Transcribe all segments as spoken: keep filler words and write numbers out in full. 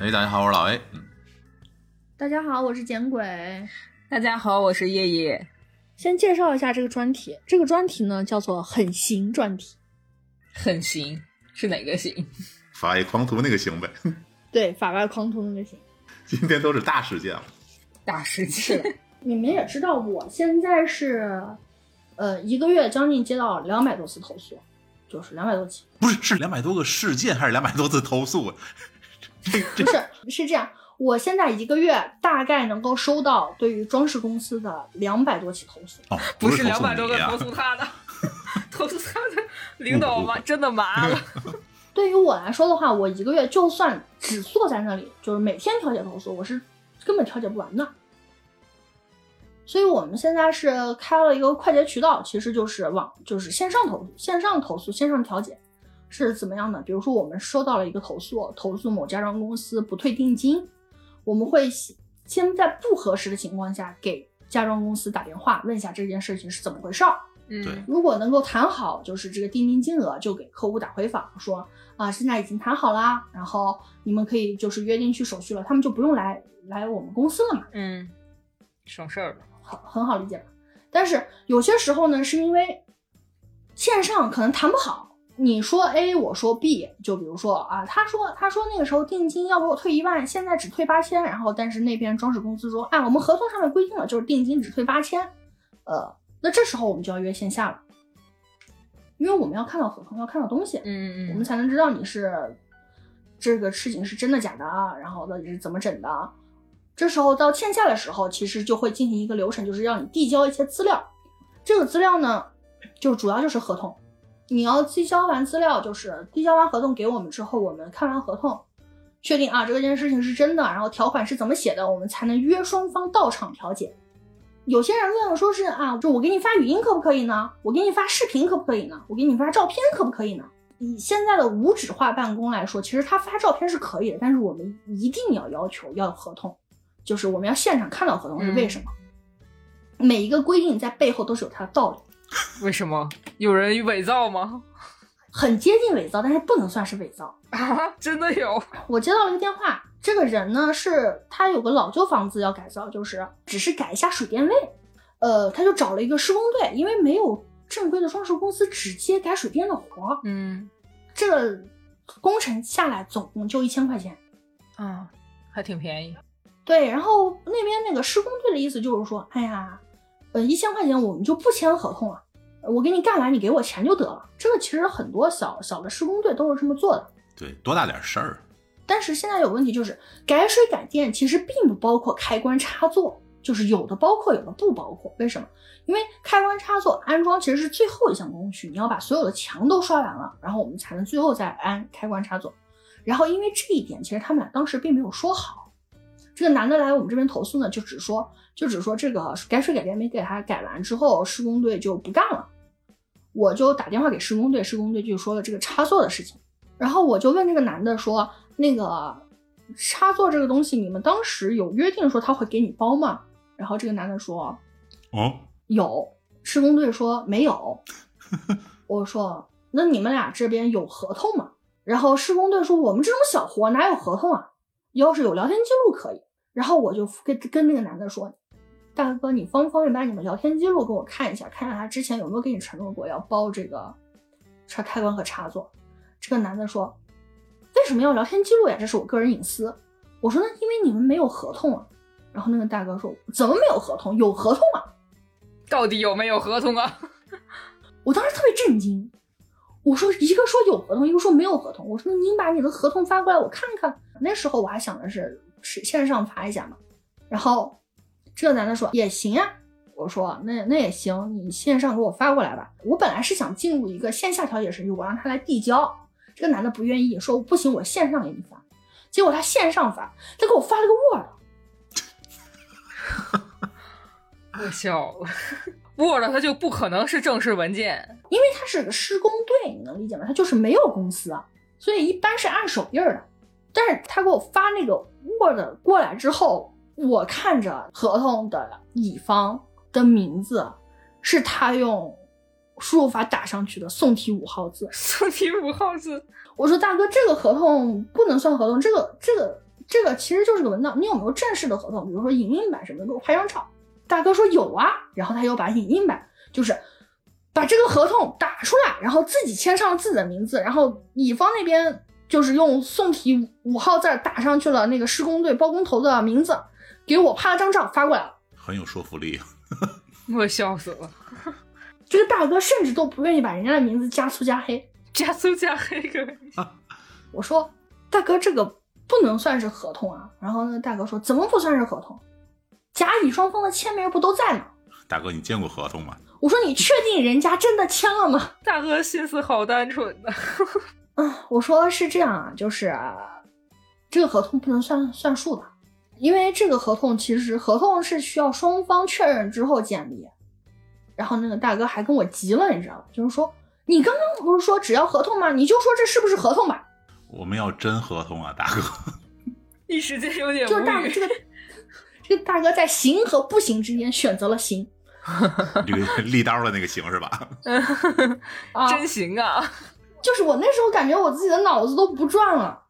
哎，大家好，我是老 A。嗯， 大家好，我是简鬼。 大家好，我是叶叶。 先介绍一下这个专题，这个专题呢叫做很行专题。 很行是哪个行？ 法外狂徒那个行呗。 对，法外狂徒那个行。 今天都是大事件了。 大事件。 你们也知道，我现在是，呃，一个月将近接到两百多次投诉，就是两百多起。 不是，是两百多个事件还是两百多次投诉？这这不是，是这样。我现在一个月大概能够收到对于装饰公司的两百多起投诉。 哦， 不是两百多个投诉他的，投诉他的领导麻真的麻了。 对于我来说的话，我一个月就算只坐在那里，就是每天调解投诉，我是根本调解不完的。所以我们现在是开了一个快捷渠道，其实就是网，就是线上投诉、线上投诉、线上调解是怎么样的？比如说我们收到了一个投诉，投诉某家装公司不退定金，我们会先在不核实的情况下给家装公司打电话，问一下这件事情是怎么回事儿。 嗯， 如果能够谈好，就是这个定金金额，就给客户打回访说啊，现在已经谈好啦，然后你们可以就是约定去手续了，他们就不用来来我们公司了嘛。 嗯，省事儿了， 很很好理解吧？但是有些时候呢，是因为线上可能谈不好，你说 A， 我说 B， 就比如说啊，他说他说那个时候定金要给我退一万，现在只退八千，然后但是那边装饰公司说，哎，我们合同上面规定了，就是定金只退八千，呃。那这时候我们就要约线下了，因为我们要看到合同，要看到东西， 嗯嗯， 我们才能知道你是这个事情是真的假的，然后到底是怎么整的。这时候到线下的时候，其实就会进行一个流程，就是让你递交一些资料。这个资料呢，就主要就是合同。你要递交完资料，就是递交完合同给我们之后，我们看完合同，确定啊这件事情是真的，然后条款是怎么写的，我们才能约双方到场调解。有些人问我说是啊，就我给你发语音可不可以呢？我给你发视频可不可以呢？我给你发照片可不可以呢？以现在的无纸化办公来说，其实他发照片是可以的，但是我们一定要要求要有合同，就是我们要现场看到合同是为什么？嗯、每一个规定在背后都是有它的道理。 为什么？有人伪造吗？ 很接近伪造，但是不能算是伪造啊！真的有？ 我接到了一个电话，这个人呢是他有个老旧房子要改造，就是只是改一下水电位，呃，他就找了一个施工队，因为没有正规的装饰公司直接改水电的活， 嗯， 这个工程下来总共就一千块钱， 啊，还挺便宜。 对，然后那边那个施工队的意思就是说，哎呀，呃，一千块钱我们就不签合同了。我给你干完，你给我钱就得了。这个其实很多小小的施工队都是这么做的。 对，多大点事儿。 但是现在有问题，就是改水改电其实并不包括开关插座，就是有的包括，有的不包括。为什么？因为开关插座安装其实是最后一项工序，你要把所有的墙都刷完了，然后我们才能最后再安开关插座。然后因为这一点，其实他们俩当时并没有说好。这个男的来我们这边投诉呢，就只说就只说这个改水改电没给他改完之后，施工队就不干了。我就打电话给施工队，施工队就说了这个插座的事情。然后我就问这个男的说，那个插座这个东西你们当时有约定说他会给你包吗？然后这个男的说哦， 有。施工队说没有。我说那你们俩这边有合同吗？然后施工队说我们这种小活哪有合同啊，要是有聊天记录可以。然后我就跟跟那个男的说，大哥你方不方便把你们聊天记录给我看一下，看看他之前有没有给你承诺过要包这个插开关和插座。这个男的说为什么要聊天记录呀，这是我个人隐私。我说那因为你们没有合同啊。然后那个大哥说怎么没有合同？有合同啊。 到底有没有合同啊？ 我当时特别震惊，我说一个说有合同，一个说没有合同。我说您把你的合同发过来我看看。那时候我还想的是是线上发一下嘛。然后这个男的说也行啊。我说那那也行，你线上给我发过来吧。我本来是想进入一个线下调解程序，我让他来递交。这个男的不愿意，说不行我线上给你发。结果他线上发，他给我发了个 Word。 我笑了。Word 它就不可能是正式文件， 因为它是个施工队，你能理解吗？它就是没有公司啊，所以一般是按手印的。但是他给我发那个 Word 过来之后，我看着合同的乙方的名字是他用输入法打上去的宋体五号字。 宋体五号字。 我说大哥，这个合同不能算合同，这个这个这个其实就是个文档，你有没有正式的合同？比如说影印版什么的，给我拍张照。大哥说有啊，然后他又把影印版，就是把这个合同打出来，然后自己签上了自己的名字，然后乙方那边就是用宋体五号字打上去了那个施工队包工头的名字，给我拍了张照发过来了， 很有说服力。 我笑死了。 这个大哥甚至都不愿意把人家的名字加粗加黑， 加粗加黑个。 我说大哥这个不能算是合同啊，然后那个大哥说怎么不算是合同？甲乙双方的签名不都在吗？ 大哥，你见过合同吗？ 我说你确定人家真的签了吗？ 大哥心思好单纯的。 嗯，我说是这样啊，就是啊，这个合同不能算算数的，因为这个合同其实合同是需要双方确认之后建立。然后那个大哥还跟我急了，你知道吗？就是说你刚刚不是说只要合同吗？你就说这是不是合同吧？ 我们要真合同啊，大哥。 一时间有点无语。 就是大这个这个大哥在行和不行之间选择了行。 这个立刀的那个行是吧？ 啊， 真行啊！ 就是我那时候感觉我自己的脑子都不转了。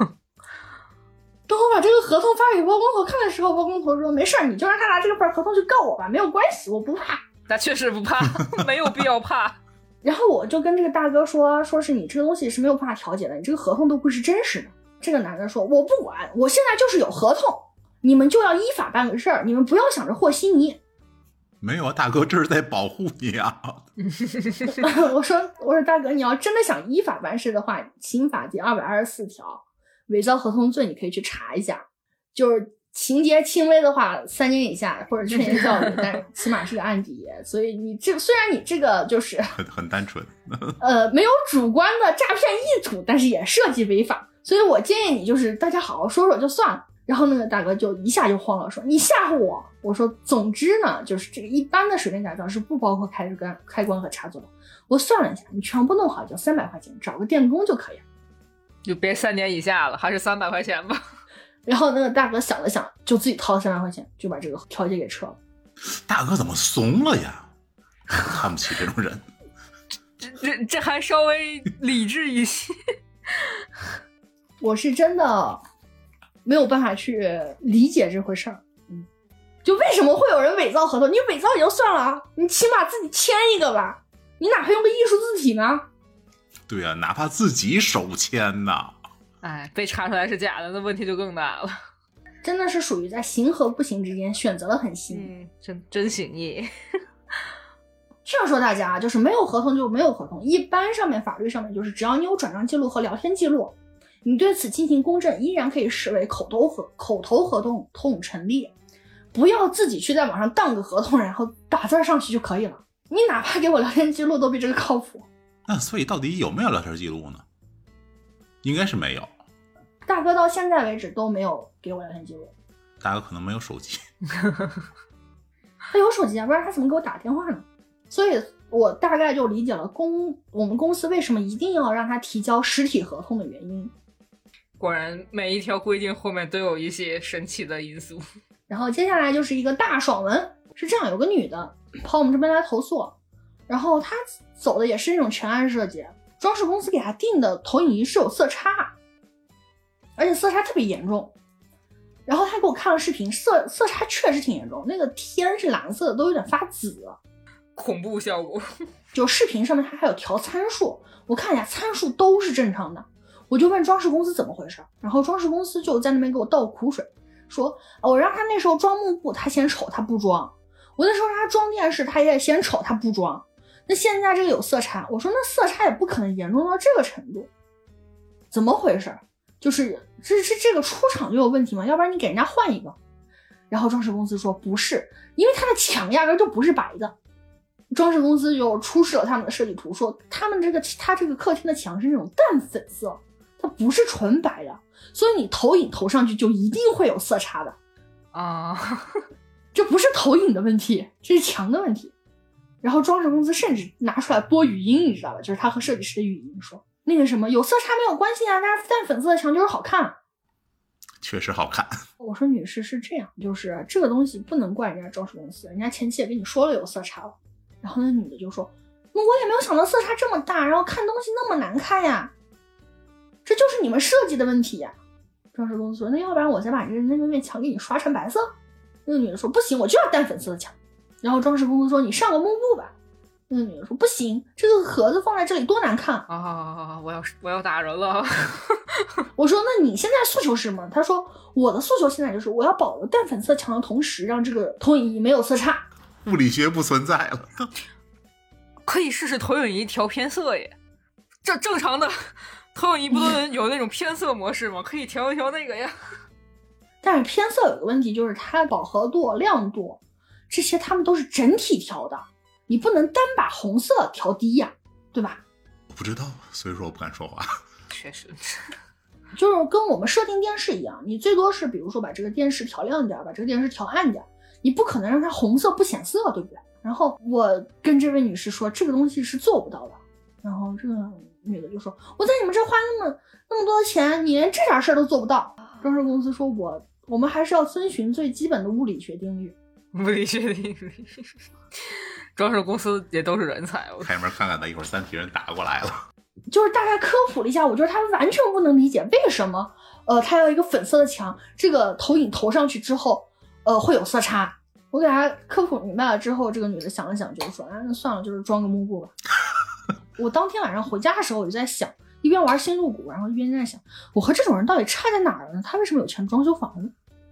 等我把这个合同发给包工头看的时候，包工头说没事，你就让他拿这个份合同去告我吧，没有关系，我不怕。 那确实不怕，没有必要怕。 然后我就跟这个大哥说，说是你这个东西是没有办法调解的，你这个合同都不是真实的。这个男的说，我不管，我现在就是有合同，你们就要依法办个事儿，你们不要想着和稀泥。 没有啊，大哥，这是在保护你啊。 我说我说大哥，你要真的想依法办事的话，刑法第二百二十四条伪造合同罪你可以去查一下，就是情节轻微的话三年以下或者劝诫教育，但起码是个案底。所以你这虽然你这个就是很很单纯呃没有主观的诈骗意图，但是也涉及违法，所以我建议你就是大家好好说说就算了。然后那个大哥就一下就慌了，说你吓唬我。我说总之呢，就是这个一般的水电改造是不包括开关开关和插座的。我算了一下，你全部弄好就三百块钱，找个电工就可以了， 就别三年以下了，还是三百块钱吧。 然后那个大哥想了想，就自己掏了三百块钱，就把这个调解给撤了。 大哥怎么怂了呀？看不起这种人。 这这这还稍微理智一些。 我是真的没有办法去理解这回事儿。嗯，就为什么会有人伪造合同？你伪造也就算了啊，你起码自己签一个吧，你哪怕用个艺术字体呢？ 对啊，哪怕自己手签呐。 哎，被查出来是假的，那问题就更大了。 真的是属于在行和不行之间选择了很行。 嗯，真真行业。 劝说大家，就是没有合同就没有合同，一般上面法律上面就是只要你有转账记录和聊天记录，你对此进行公证，依然可以视为口头合口头合同同成立。不要自己去在网上当个合同，然后打字上去就可以了。你哪怕给我聊天记录都比这个靠谱。 那所以到底有没有聊天记录呢？应该是没有。 大哥到现在为止都没有给我聊天记录。 大哥可能没有手机。 他有手机啊，不然他怎么给我打电话呢？所以我大概就理解了公我们公司为什么一定要让他提交实体合同的原因。 果然每一条规定后面都有一些神奇的因素。 然后接下来就是一个大爽文，是这样，有个女的跑我们这边来投诉，然后她走的也是那种全案设计，装饰公司给她定的投影仪是有色差，而且色差特别严重。然后她给我看了视频，色色差确实挺严重，那个天是蓝色的，都有点发紫， 恐怖效果。 就视频上面它还有调参数，我看一下参数都是正常的，我就问装饰公司怎么回事，然后装饰公司就在那边给我倒苦水，说我让他那时候装幕布他嫌丑他不装，我那时候让他装电视他也嫌丑他不装，那现在这个有色差，我说那色差也不可能严重到这个程度，怎么回事？就是这是这个出厂就有问题吗？要不然你给人家换一个。然后装饰公司说不是，因为它的墙压根就不是白的。装饰公司就出示了他们的设计图，说他们这个他这个客厅的墙是那种淡粉色，它不是纯白的，所以你投影投上去就一定会有色差的啊。 这不是投影的问题，这是墙的问题。然后装饰公司甚至拿出来播语音，你知道吧？就是他和设计师的语音说那个什么有色差没有关系啊，但是淡粉色的墙就是好看。 确实好看。 我说女士是这样，就是这个东西不能怪人家装饰公司，人家前期也跟你说了有色差了。然后那女的就说那我也没有想到色差这么大，然后看东西那么难看呀，这就是你们设计的问题呀。 装饰公司说那要不然我再把这个那面墙给你刷成白色。那个女的说不行，我就要淡粉色的墙。然后装饰公司说你上个幕布吧。那个女的说不行，这个盒子放在这里多难看啊！我要我要打人了。 我说那你现在诉求是什么？他说我的诉求现在就是我要保留淡粉色墙的同时让这个投影仪没有色差。 物理学不存在了。 可以试试投影仪调偏色耶，这正常的投影仪不都能有那种偏色模式吗？可以调一调那个呀。 但是偏色有个问题，就是它饱和度、亮度这些它们都是整体调的，你不能单把红色调低呀，对吧？ 我不知道，所以说我不敢说话。 确实， 就是跟我们设定电视一样，你最多是比如说把这个电视调亮点，把这个电视调暗点，你不可能让它红色不显色，对不对？然后我跟这位女士说这个东西是做不到的，然后这个女的就说我在你们这花那么那么多钱，你连这点事儿都做不到。装饰公司说我我们还是要遵循最基本的物理学定律。 物理学定律。装饰公司也都是人才。 开门看看他，一会儿三体人打过来了。 就是大概科普了一下，我觉得他完全不能理解为什么呃他要一个粉色的墙，这个投影投上去之后呃会有色差。我给他科普明白了之后，这个女的想了想就说啊那算了，就是装个幕布吧。我当天晚上回家的时候我就在想，一边玩星露谷，然后一边在想我和这种人到底差在哪儿呢？他为什么有钱装修房子？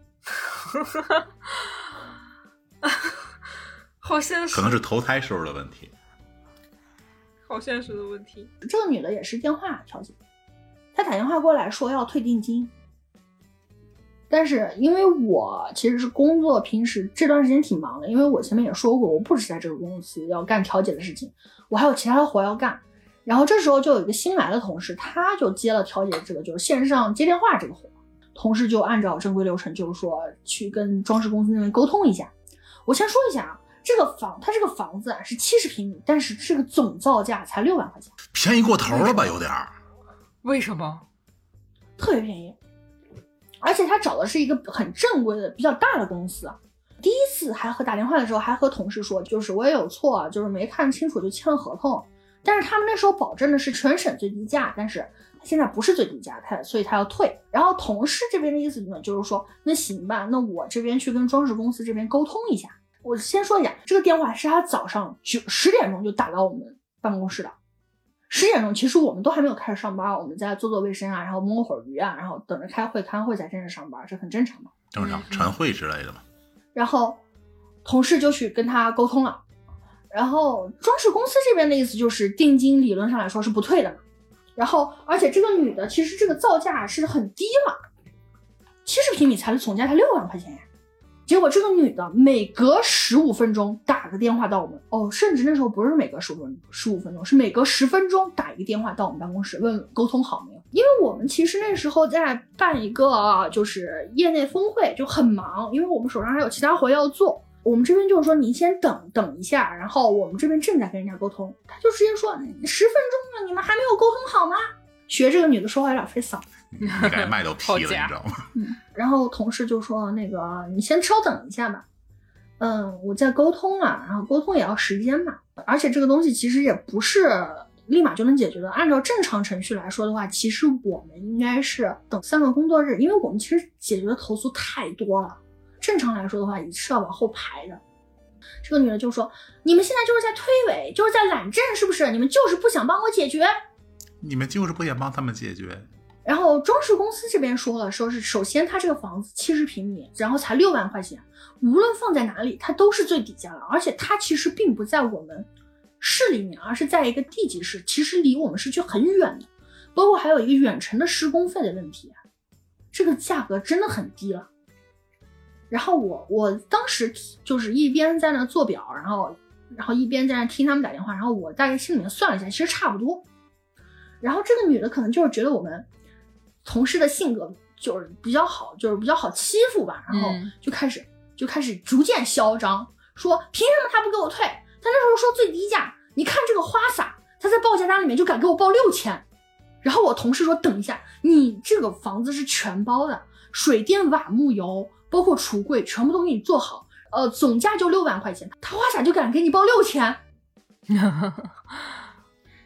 好现实， 可能是投胎时候的问题。 好现实的问题。 这个女的也是电话调解，她打电话过来说要退定金，但是因为我其实是工作平时这段时间挺忙的，因为我前面也说过我不止在这个公司要干调解的事情，我还有其他的活要干。然后这时候就有一个新来的同事，他就接了调解这个就是线上接电话这个活，同事就按照正规流程就是说去跟装饰公司那边沟通一下。我先说一下啊，这个房它这个房子啊是七十平米，但是这个总造价才六万块钱， 便宜过头了吧有点儿。 为什么？ 特别便宜，而且他找的是一个很正规的比较大的公司。第一次还和打电话的时候还和同事说就是我也有错，就是没看清楚就签了合同，但是他们那时候保证的是全省最低价，但是他现在不是最低价，他所以他要退。然后同事这边的意思呢就是说那行吧，那我这边去跟装饰公司这边沟通一下。我先说一下，这个电话是他早上九十点钟就打到我们办公室的。十点钟其实我们都还没有开始上班，我们在做做卫生啊，然后摸会儿鱼啊，然后等着开会开会才正式上班，这很正常嘛， 正常晨会之类的嘛。 然后同事就去跟他沟通了，然后装饰公司这边的意思就是定金理论上来说是不退的嘛，然后而且这个女的其实这个造价是很低了，七十平米才总价才六万块钱呀。结果这个女的每隔十五分钟打个电话到我们，哦，甚至那时候不是每隔十五分十五分钟，是每隔十分钟打一个电话到我们办公室问沟通好没有。因为我们其实那时候在办一个就是业内峰会，就很忙，因为我们手上还有其他活要做。我们这边就是说你先等等一下，然后我们这边正在跟人家沟通。他就直接说十分钟了，你们还没有沟通好吗？学这个女的说话有点费嗓子。 你该麦都劈了，你知道吗？ 嗯，然后同事就说那个你先稍等一下吧，嗯，我在沟通啊，然后沟通也要时间嘛，而且这个东西其实也不是立马就能解决的。按照正常程序来说的话，其实我们应该是等三个工作日，因为我们其实解决的投诉太多了，正常来说的话也是要往后排的。这个女的就说你们现在就是在推诿，就是在懒政，是不是？你们就是不想帮我解决， 你们就是不想帮他们解决。 然后装饰公司这边说了，说是首先它这个房子七十平米，然后才六万块钱，无论放在哪里它都是最底价的，而且它其实并不在我们市里面，而是在一个地级市，其实离我们市区很远的，包括还有一个远程的施工费的问题，这个价格真的很低了。然后我我当时就是一边在那做表，然后然后一边在那听他们打电话，然后我大概心里面算了一下，其实差不多。然后这个女的可能就是觉得我们同事的性格就是比较好，就是比较好欺负吧，然后就开始、嗯、就开始逐渐嚣张，说凭什么他不给我退？他那时候说最低价，你看这个花洒，他在报价单里面就敢给我报六千。然后我同事说等一下，你这个房子是全包的，水电瓦木油包括橱柜全部都给你做好，呃，总价就六万块钱，他花洒就敢给你报六千。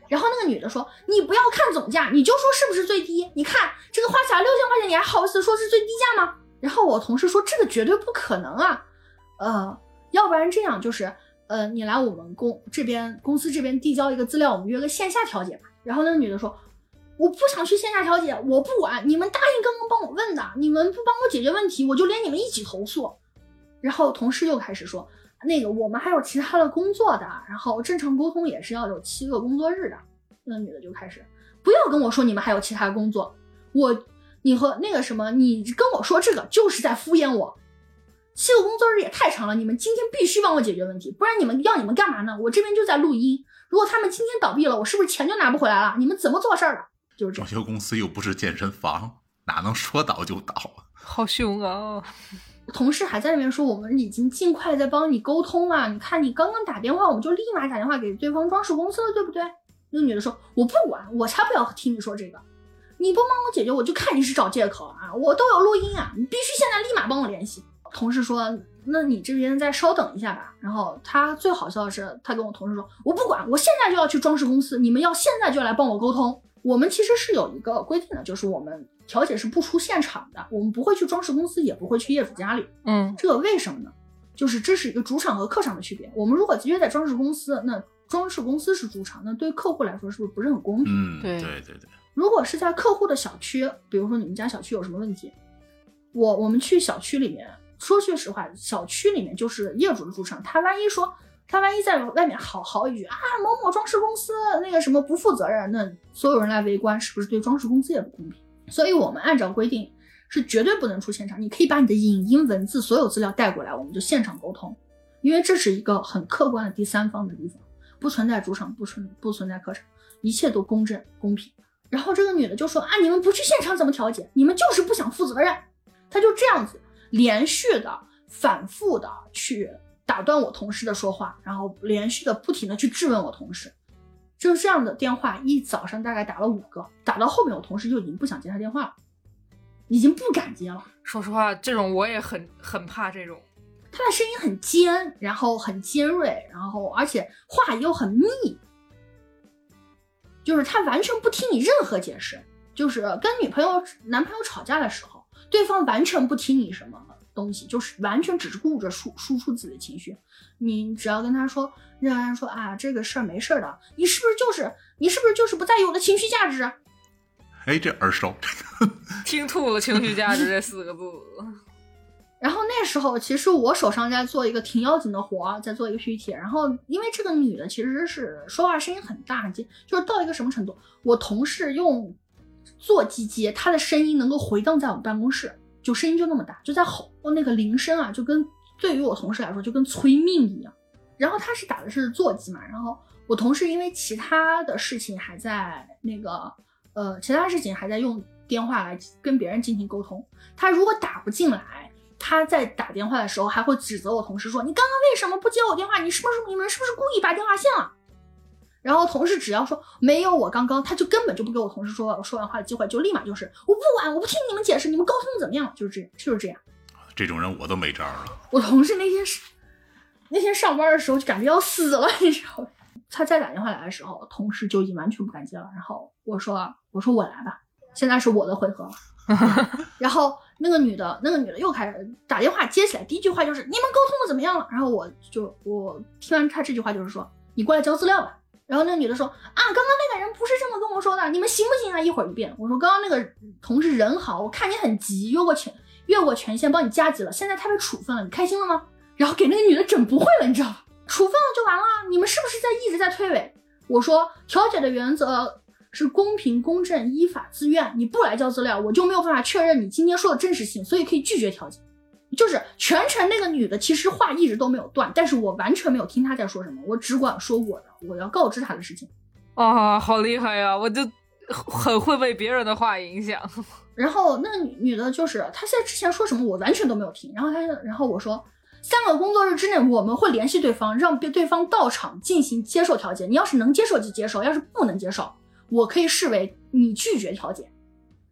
然后那个女的说你不要看总价，你就说是不是最低，你看这个花起来六千块钱你还好意思说是最低价吗？然后我同事说这个绝对不可能啊，呃，要不然这样就是呃，你来我们公这边公司这边递交一个资料，我们约个线下调解吧。然后那个女的说我不想去线下调解，我不管，你们答应刚刚帮我问的，你们不帮我解决问题，我就连你们一起投诉。然后同事又开始说那个我们还有其他的工作的，然后正常沟通也是要有七个工作日的。那个女的就开始不要跟我说你们还有其他的工作，我你和那个什么你跟我说这个就是在敷衍我，七个工作日也太长了，你们今天必须帮我解决问题，不然你们要你们干嘛呢？我这边就在录音，如果他们今天倒闭了，我是不是钱就拿不回来了？你们怎么做事儿的？就是这装修公司又不是健身房，哪能说倒就倒？ 好凶啊！ 同事还在那边说我们已经尽快在帮你沟通了，你看你刚刚打电话我们就立马打电话给对方装饰公司了，对不对？那个女的说我不管，我才不要听你说这个，你不帮我解决我就看你是找借口啊，我都有录音啊，你必须现在立马帮我联系。同事说那你这边再稍等一下吧。然后他最好笑的是他跟我同事说我不管，我现在就要去装饰公司，你们要现在就来帮我沟通。我们其实是有一个规定的，就是我们调解是不出现场的，我们不会去装饰公司，也不会去业主家里。 嗯， 这个为什么呢？就是这是一个主场和客场的区别。我们如果约在装饰公司，那装饰公司是主场，那对客户来说是不是不是很公平？ 嗯， 对对对对。 如果是在客户的小区，比如说你们家小区有什么问题，我我们去小区里面，说句实话，小区里面就是业主的主场，他万一说他万一在外面好好一句啊，某某装饰公司那个什么不负责任，那所有人来围观，是不是对装饰公司也不公平？所以我们按照规定是绝对不能出现场，你可以把你的影音文字所有资料带过来，我们就现场沟通，因为这是一个很客观的第三方的地方，不存在主场，不存不存在客场，一切都公正公平。然后这个女的就说啊，你们不去现场怎么调解？你们就是不想负责任。她就这样子连续的反复的去打断我同事的说话，然后连续的不停的去质问我同事。就是这样的电话一早上大概打了五个，打到后面我同事就已经不想接他电话了，已经不敢接了。 说实话，这种我也很很怕这种。 他的声音很尖，然后很尖锐，然后而且话又很密，就是他完全不听你任何解释。就是跟女朋友男朋友吵架的时候，对方完全不听你什么东西，就是完全只是顾着输输出自己的情绪。你只要跟他说，让人说啊这个事儿没事的，你是不是就是你是不是就是不在意我的情绪价值？ 哎，这耳熟， 听吐了情绪价值这四个字。 然后那时候其实我手上在做一个挺要紧的活，在做一个 P P T， 然后因为这个女的其实是说话声音很大很尖，就是到一个什么程度，我同事用座机接，她的声音能够回荡在我们办公室，就声音就那么大，就在吼，那个铃声啊，就跟对于我同事来说就跟催命一样。然后他是打的是座机嘛，然后我同事因为其他的事情还在那个呃其他事情还在用电话来跟别人进行沟通，他如果打不进来，他在打电话的时候还会指责我同事说，你刚刚为什么不接我电话？你是不是你们是不是故意把电话线了？然后同事只要说没有我刚刚，他就根本就不给我同事说说完话的机会，就立马就是我不管，我不听你们解释，你们沟通怎么样？就是这样，就是这样。 这种人我都没招了。 我同事那天是那天上班的时候就感觉要死了，你知道吗？他再打电话来的时候，同事就已经完全不敢接了。然后我说我说我来吧，现在是我的回合了。然后那个女的那个女的又开始打电话接起来，第一句话就是你们沟通的怎么样了？然后我就我听完她这句话就是说你过来交资料吧。然后那个女的说啊，刚刚那个人不是这么跟我说的，你们行不行啊？一会儿一遍。我说刚刚那个同事人好，我看你很急，越过权越过权限帮你加急了，现在他被处分了，你开心了吗？然后给那个女的整不会了，你知道吧？处分了就完了，你们是不是在一直在推诿？我说调解的原则是公平公正依法自愿，你不来交资料，我就没有办法确认你今天说的真实性，所以可以拒绝调解。就是全程那个女的其实话一直都没有断，但是我完全没有听她在说什么，我只管说我的，我要告知她的事情。 啊，好厉害呀！我就很会被别人的话影响。 然后那个女女的就是她在之前说什么我完全都没有听，然后她然后我说三个工作日之内我们会联系对方，让对方到场进行接受调解，你要是能接受就接受，要是不能接受我可以视为你拒绝调解。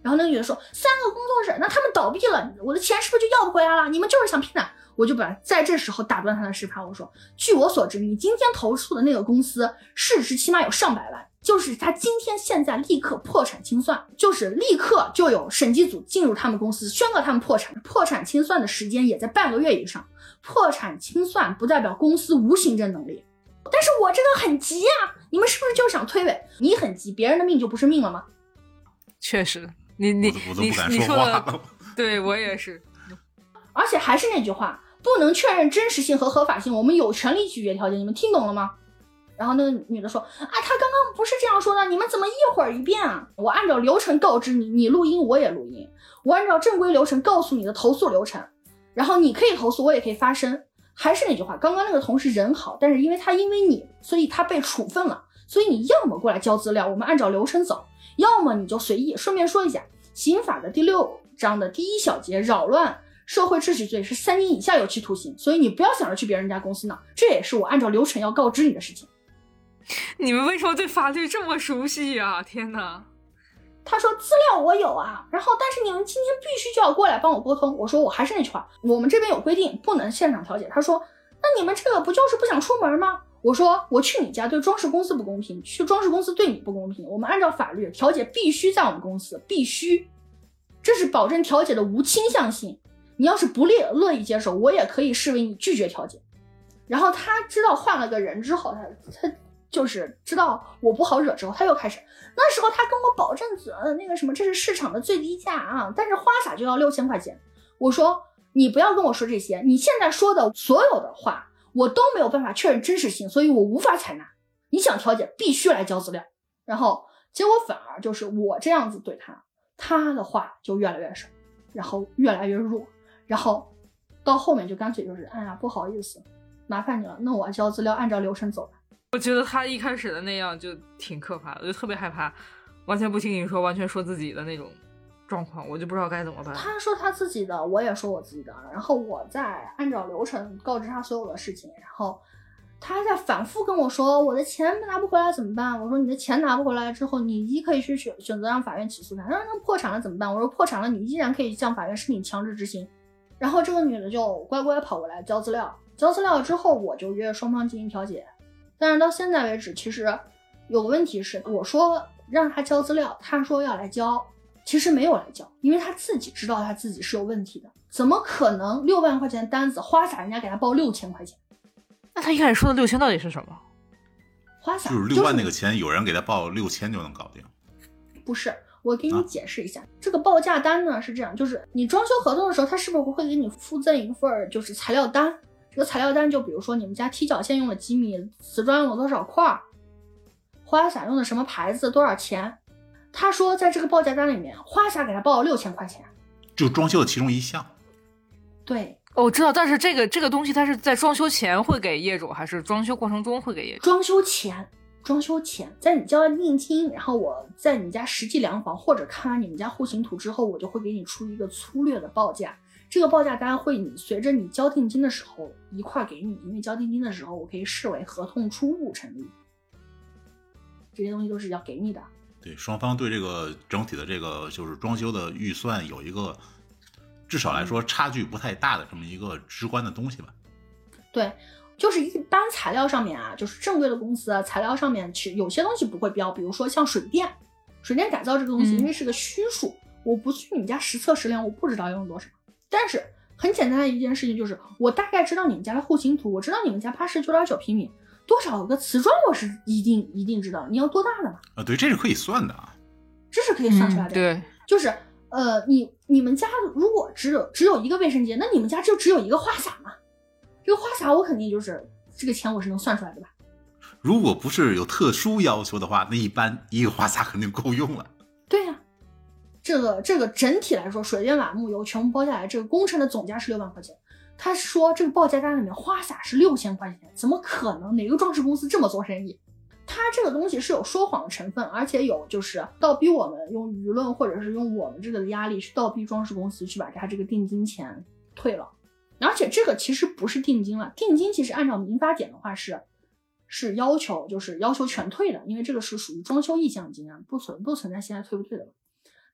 然后那个女的说三个工作日，那他们倒闭了，我的钱是不是就要不回来了？你们就是想骗他。我就把在这时候打断他的视频，我说据我所知，你今天投诉的那个公司市值起码有上百万，就是他今天现在立刻破产清算，就是立刻就有审计组进入他们公司宣告他们破产，破产清算的时间也在半个月以上。破产清算不代表公司无行政能力，但是我这个很急啊，你们是不是就想推诿？你很急，别人的命就不是命了吗？ 确实，你你我都不敢说话了。 对，我也是。 而且还是那句话，不能确认真实性和合法性，我们有权利拒绝调解，你们听懂了吗？然后那个女的说啊，他刚刚不是这样说的，你们怎么一会儿一遍啊？我按照流程告知你，你录音我也录音，我按照正规流程告诉你的投诉流程，然后你可以投诉，我也可以发声。还是那句话，刚刚那个同事人好，但是因为他因为你，所以他被处分了，所以你要么过来交资料，我们按照流程走，要么你就随意。顺便说一下，刑法的第六章的第一小节扰乱社会秩序罪是三年以下有期徒刑，所以你不要想着去别人家公司闹，这也是我按照流程要告知你的事情。 你们为什么对法律这么熟悉啊？天哪！ 他说资料我有啊，然后但是你们今天必须就要过来帮我沟通。我说我还是那句话，我们这边有规定不能现场调解。他说那你们这个不就是不想出门吗？我说我去你家对装饰公司不公平，去装饰公司对你不公平，我们按照法律调解必须在我们公司，必须，这是保证调解的无倾向性。你要是不乐乐意接受，我也可以视为你拒绝调解。然后他知道换了个人之后，他他就是知道我不好惹之后，他又开始，那时候他跟我保证呃那个什么，这是市场的最低价啊，但是花洒就要六千块钱。我说你不要跟我说这些，你现在说的所有的话我都没有办法确认真实性，所以我无法采纳。你想调解必须来交资料。然后结果反而就是我这样子对他，他的话就越来越少，然后越来越弱，然后到后面就干脆就是哎呀不好意思，麻烦你了，那我交资料按照流程走吧。 我觉得他一开始的那样就挺可怕的，我就特别害怕完全不听你说，完全说自己的那种状况，我就不知道该怎么办。 他说他自己的，我也说我自己的，然后我再按照流程告知他所有的事情，然后他在反复跟我说我的钱拿不回来怎么办。我说你的钱拿不回来之后，你一可以去选选择让法院起诉他，那那破产了怎么办？我说破产了你依然可以向法院申请强制执行。然后这个女的就乖乖跑过来交资料，交资料之后我就约双方进行调解。但是到现在为止，其实有个问题是，我说让他交资料，他说要来交，其实没有来交，因为他自己知道他自己是有问题的，怎么可能六万块钱的单子花洒人家给他报六千块钱？ 那他一开始说的六千到底是什么？ 花洒就是六万那个钱，有人给他报六千就能搞定？ 不是，我给你解释一下，啊、这个报价单呢是这样，就是你装修合同的时候，他是不是会给你附赠一份就是材料单？这个材料单就比如说你们家踢脚线用了几米，瓷砖用了多少块，花洒用的什么牌子，多少钱。他说在这个报价单里面，花洒给他报了六千块钱， 就装修的其中一项。 对， 我知道，但是这个这个东西它是在装修前会给业主，还是装修过程中会给业主？ 装修前，装修前，在你交完定金，然后我在你家实际量房或者看完你们家户型图之后，我就会给你出一个粗略的报价。这个报价单会你随着你交定金的时候一块给你，因为交定金的时候我可以视为合同初步成立，这些东西都是要给你的。 对，双方对这个整体的这个就是装修的预算有一个至少来说差距不太大的这么一个直观的东西吧。 对，就是一般材料上面啊，就是正规的公司啊，材料上面其实有些东西不会标，比如说像水电，水电改造这个东西因为是个虚数、嗯、我不去你们家实测实量，我不知道用多少。但是很简单的一件事情就是，我大概知道你们家的户型图，我知道你们家八十九点九平米，多少个瓷砖我是一定一定知道，你要多大的嘛？ 啊，对，这是可以算的啊， 这是可以算出来的。 嗯、对， 就是呃，你你们家如果只有只有一个卫生间，那你们家就只有一个花洒嘛？这个花洒我肯定就是这个钱我是能算出来的吧？ 如果不是有特殊要求的话，那一般一个花洒肯定够用了。 对呀、啊。这个这个整体来说，水电瓦木油全部包下来，这个工程的总价是六万块钱。他说这个报价单里面花洒是六千块钱，怎么可能？哪个装饰公司这么做生意？他这个东西是有说谎的成分，而且有就是倒逼我们用舆论或者是用我们这个的压力去倒逼装饰公司去把他这个定金钱退了。而且这个其实不是定金了，定金其实按照民法典的话是是要求就是要求全退的，因为这个是属于装修意向金啊，不存不存在现在退不退的了。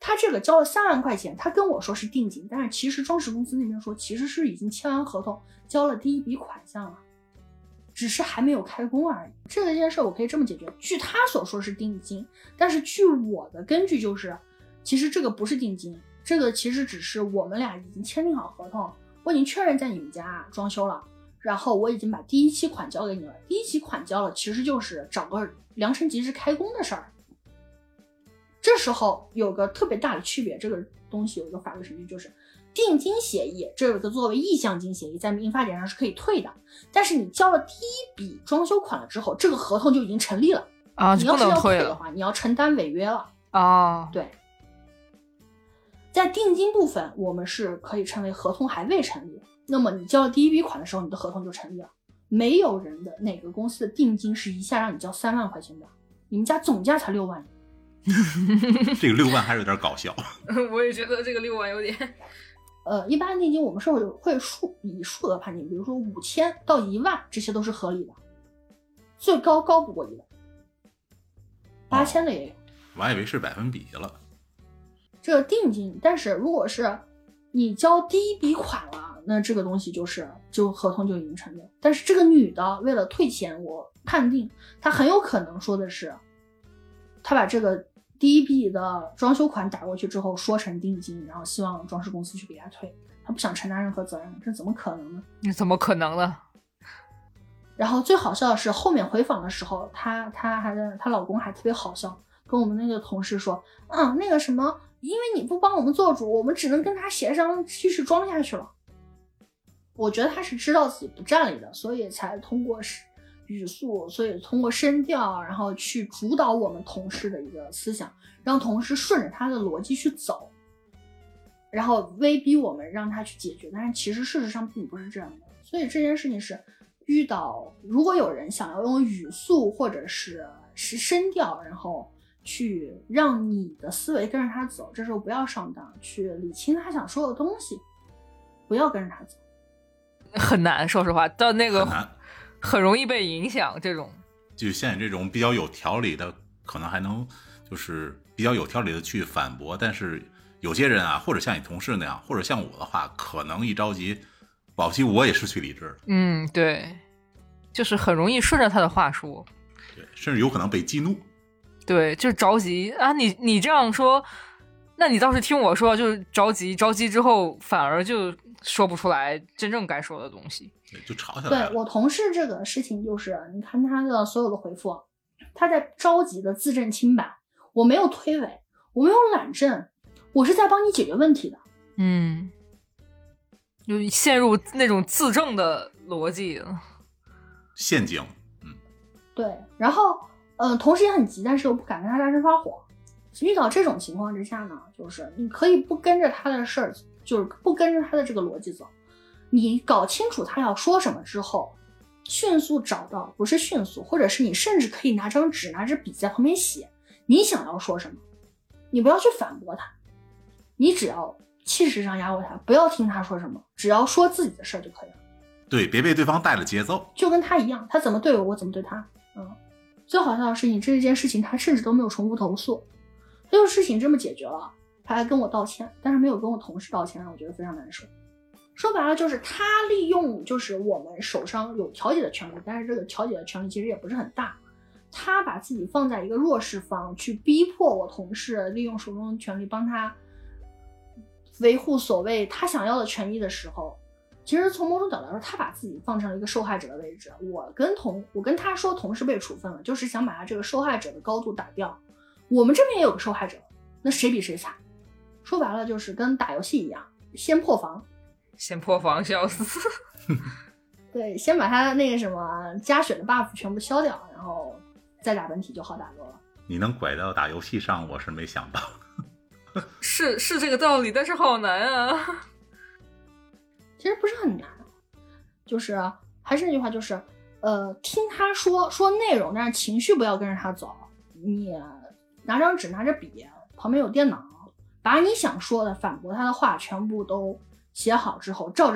他这个交了三万块钱，他跟我说是定金，但是其实装饰公司那边说其实是已经签完合同，交了第一笔款项了，只是还没有开工而已。这个件事我可以这么解决，据他所说是定金，但是据我的根据就是，其实这个不是定金，这个其实只是我们俩已经签订好合同，我已经确认在你们家装修了，然后我已经把第一期款交给你了，第一期款交了，其实就是找个良辰吉日开工的事儿。这时候有个特别大的区别，这个东西有一个法律程序，就是定金协议这个作为意向金协议在民法典上是可以退的，但是你交了第一笔装修款了之后，这个合同就已经成立了啊， 你要是要退了的话，你要承担违约了啊。 对，在定金部分我们是可以称为合同还未成立，那么你交了第一笔款的时候，你的合同就成立了。没有人的哪个公司的定金是一下让你交三万块钱的，你们家总价才六万。 这个六万还是有点搞笑。 我也觉得这个六万有点。 呃，一般定金我们是会会数以数额判定，比如说五千到一万，这些都是合理的，最高高不过一万，八千的也有。 我还以为是百分比了。 这个定金，但是如果是你交第一笔款了，那这个东西就是就合同就已经成立。但是这个女的为了退钱，我判定她很有可能说的是，她把这个第一笔的装修款打过去之后说成定金，然后希望装饰公司去给她退，她不想承担任何责任，这怎么可能呢？ 你怎么可能呢？ 然后最好笑的是后面回访的时候，她她还在她老公还特别好笑，跟我们那个同事说，嗯，那个什么，因为你不帮我们做主，我们只能跟他协商继续装下去了。我觉得他是知道自己不占理的，所以才通过语速，所以通过声调，然后去主导我们同事的一个思想，让同事顺着他的逻辑去走，然后威逼我们让他去解决。但是其实事实上并不是这样的，所以这件事情是遇到如果有人想要用语速或者是是声调，然后去让你的思维跟着他走，这时候不要上当，去理清他想说的东西，不要跟着他走。 很难，说实话，到那个很容易被影响。这种就像你这种比较有条理的，可能还能就是比较有条理的去反驳，但是有些人啊，或者像你同事那样，或者像我的话，可能一着急，保不齐我也失去理智。 嗯，对，就是很容易顺着他的话说， 对，甚至有可能被激怒。 对，就是着急啊！你你这样说，那你倒是听我说，就是着急，着急之后反而就说不出来真正该说的东西， 就吵起来了。 对，我同事这个事情就是，你看他的所有的回复，他在着急的自证清白，我没有推诿，我没有懒政，我是在帮你解决问题的。 嗯，就陷入那种自证的逻辑陷阱。嗯， 对，然后。嗯，同时也很急，但是又不敢跟他大声发火。遇到这种情况之下呢，就是你可以不跟着他的事儿，就是不跟着他的这个逻辑走。你搞清楚他要说什么之后，迅速找到，不是迅速，或者是你甚至可以拿张纸、拿支笔在旁边写你想要说什么，你不要去反驳他，你只要气势上压过他，不要听他说什么，只要说自己的事儿就可以了。 对，别被对方带了节奏， 就跟他一样，他怎么对我，我怎么对他。嗯。最好笑的是，你这件事情他甚至都没有重复投诉，他就事情这么解决了，他还跟我道歉，但是没有跟我同事道歉，让我觉得非常难受。说白了就是他利用就是我们手上有调解的权利，但是这个调解的权利其实也不是很大，他把自己放在一个弱势方，去逼迫我同事利用手中的权利帮他维护所谓他想要的权益的时候，其实从某种角度来说，他把自己放成了一个受害者的位置。我跟同我跟他说同事被处分了，就是想把他这个受害者的高度打掉。我们这边也有个受害者，那谁比谁惨？说白了就是跟打游戏一样，先破防， 先破防，笑死。 对，先把他那个什么加血的 buff 全部消掉，然后再打本体就好打多了。 你能拐到打游戏上，我是没想到。 是是这个道理，但是好难啊。 其实不是很难，就是还是那句话，就是呃，听他说说内容，但是情绪不要跟着他走。你拿张纸拿着笔，旁边有电脑，把你想说的反驳他的话全部都写好之后照着念，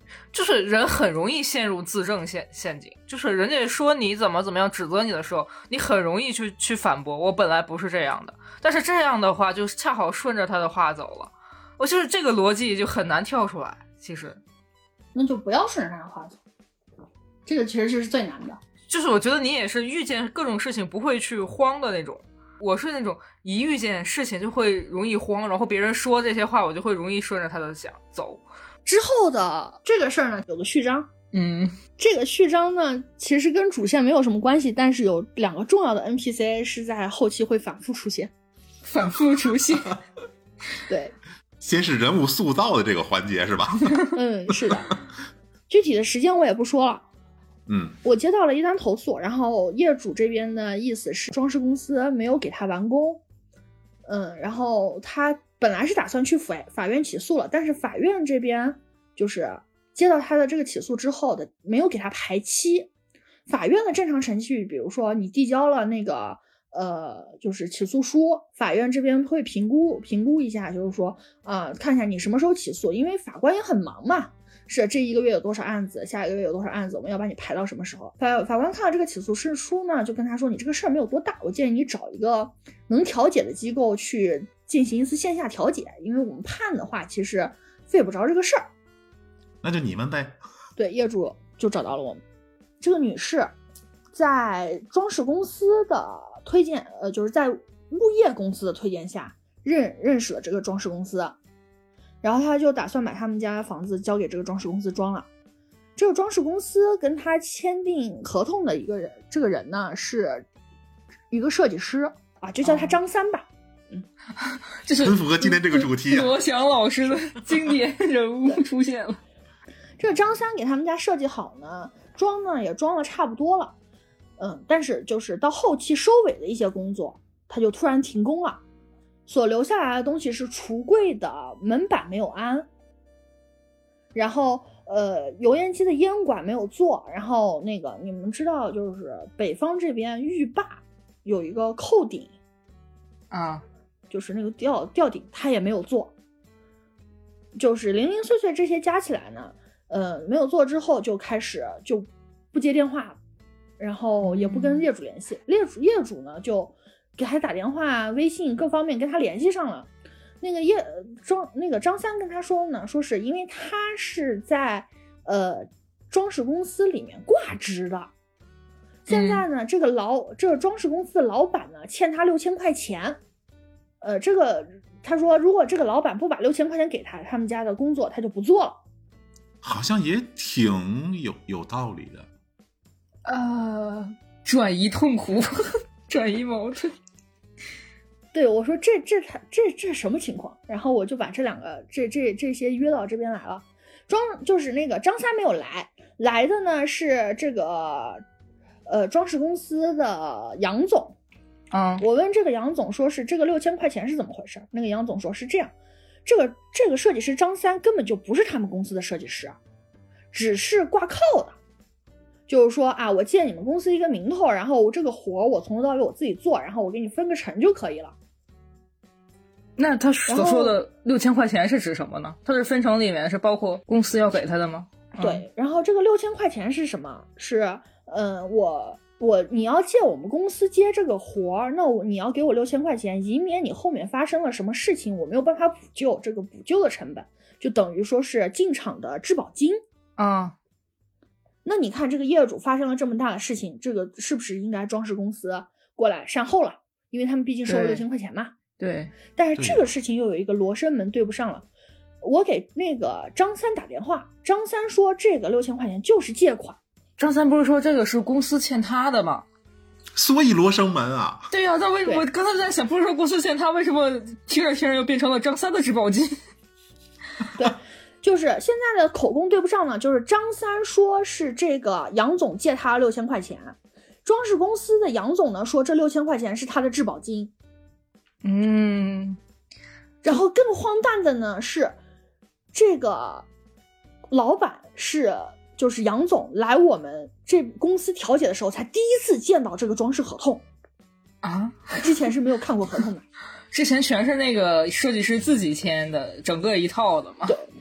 就是人很容易陷入自证陷陷阱，就是人家说你怎么怎么样指责你的时候，你很容易去去反驳，我本来不是这样的，但是这样的话就恰好顺着他的话走了，我就是这个逻辑就很难跳出来。其实那就不要顺着他的话走，这个其实是最难的。 就是我觉得你也是遇见各种事情不会去慌的那种，我是那种一遇见事情就会容易慌，然后别人说这些话我就会容易顺着他的想走。 之后的这个事儿呢有个序章， 嗯， 这个序章呢其实跟主线没有什么关系，但是有两个重要的 N P C 是在后期会反复出现反复出现对， 先是人物塑造的这个环节是吧？ 嗯，是的，具体的时间我也不说了。 嗯， 我接到了一单投诉，然后业主这边的意思是装饰公司没有给他完工，嗯，然后他本来是打算去法法院起诉了，但是法院这边就是接到他的这个起诉之后的没有给他排期。法院的正常程序，比如说你递交了那个呃就是起诉书，法院这边会评估评估一下，就是说啊、呃、看一下你什么时候起诉，因为法官也很忙嘛，是这一个月有多少案子，下一个月有多少案子，我们要把你排到什么时候。法法官看到这个起诉书呢，就跟他说你这个事儿没有多大，我建议你找一个能调解的机构去进行一次线下调解，因为我们判的话其实费不着这个事儿。 那就你们呗。 对，业主就找到了我们。这个女士在装饰公司的推荐，呃，就是在物业公司的推荐下认认识了这个装饰公司，然后她就打算把他们家房子交给这个装饰公司装了。这个装饰公司跟他签订合同的一个人，这个人呢是一个设计师啊，就叫他张三吧。嗯， 这是很符合今天这个主题啊。 罗翔老师的经典人物出现了。 这个张三给他们家设计好呢，装呢也装了差不多了，嗯，但是就是到后期收尾的一些工作，他就突然停工了，所留下来的东西是橱柜的门板没有安，然后呃油烟机的烟管没有做，然后那个你们知道就是北方这边浴霸有一个扣顶啊， 就是那个吊吊顶他也没有做，就是零零碎碎这些加起来呢，呃，没有做之后就开始就不接电话，然后也不跟业主联系。业主业主呢就给他打电话、微信各方面跟他联系上了。那个业张那个张三跟他说呢，说是因为他是在呃装饰公司里面挂职的，现在呢、嗯、这个老这个装饰公司的老板呢欠他六千块钱，呃，这个他说如果这个老板不把六千块钱给他，他们家的工作他就不做了。 好像也挺有有道理的。 呃，转移痛苦，转移矛盾。 对，我说这这这这什么情况？然后我就把这两个这这这些约到这边来了。装就是那个张三没有来，来的呢是这个呃装饰公司的杨总。 嗯， 我问这个杨总说是这个六千块钱是怎么回事？那个杨总说是这样。这个这个设计师张三根本就不是他们公司的设计师，只是挂靠的。就是说啊，我借你们公司一个名头，然后这个活我从头到尾我自己做，然后我给你分个成就可以了。 那他所说的六千块钱是指什么呢？他是分成里面是包括公司要给他的吗？ 对，嗯、然后这个六千块钱是什么？是嗯、呃，我。我你要借我们公司接这个活，那我你要给我六千块钱，以免你后面发生了什么事情我没有办法补救，这个补救的成本就等于说是进场的质保金啊、嗯。 那你看这个业主发生了这么大的事情，这个是不是应该装饰公司过来善后了？因为他们毕竟收了六千块钱嘛。 对。 但是这个事情又有一个罗生门对不上了。我给那个张三打电话，张三说这个六千块钱就是借款。 张三不是说这个是公司欠他的吗？ 所以罗生门啊。 对呀、啊，那为我刚才在想，不是说公司欠他，为什么听着听着又变成了张三的质保金？ 对，就是现在的口供对不上呢，就是张三说是这个杨总借他六千块钱，装饰公司的杨总呢说这六千块钱是他的质保金。 嗯， 然后更荒诞的呢是，这个老板是。就是杨总来我们这公司调解的时候才第一次见到这个装饰合同啊， 之前是没有看过合同的， 之前全是那个设计师自己签的整个一套的嘛。 对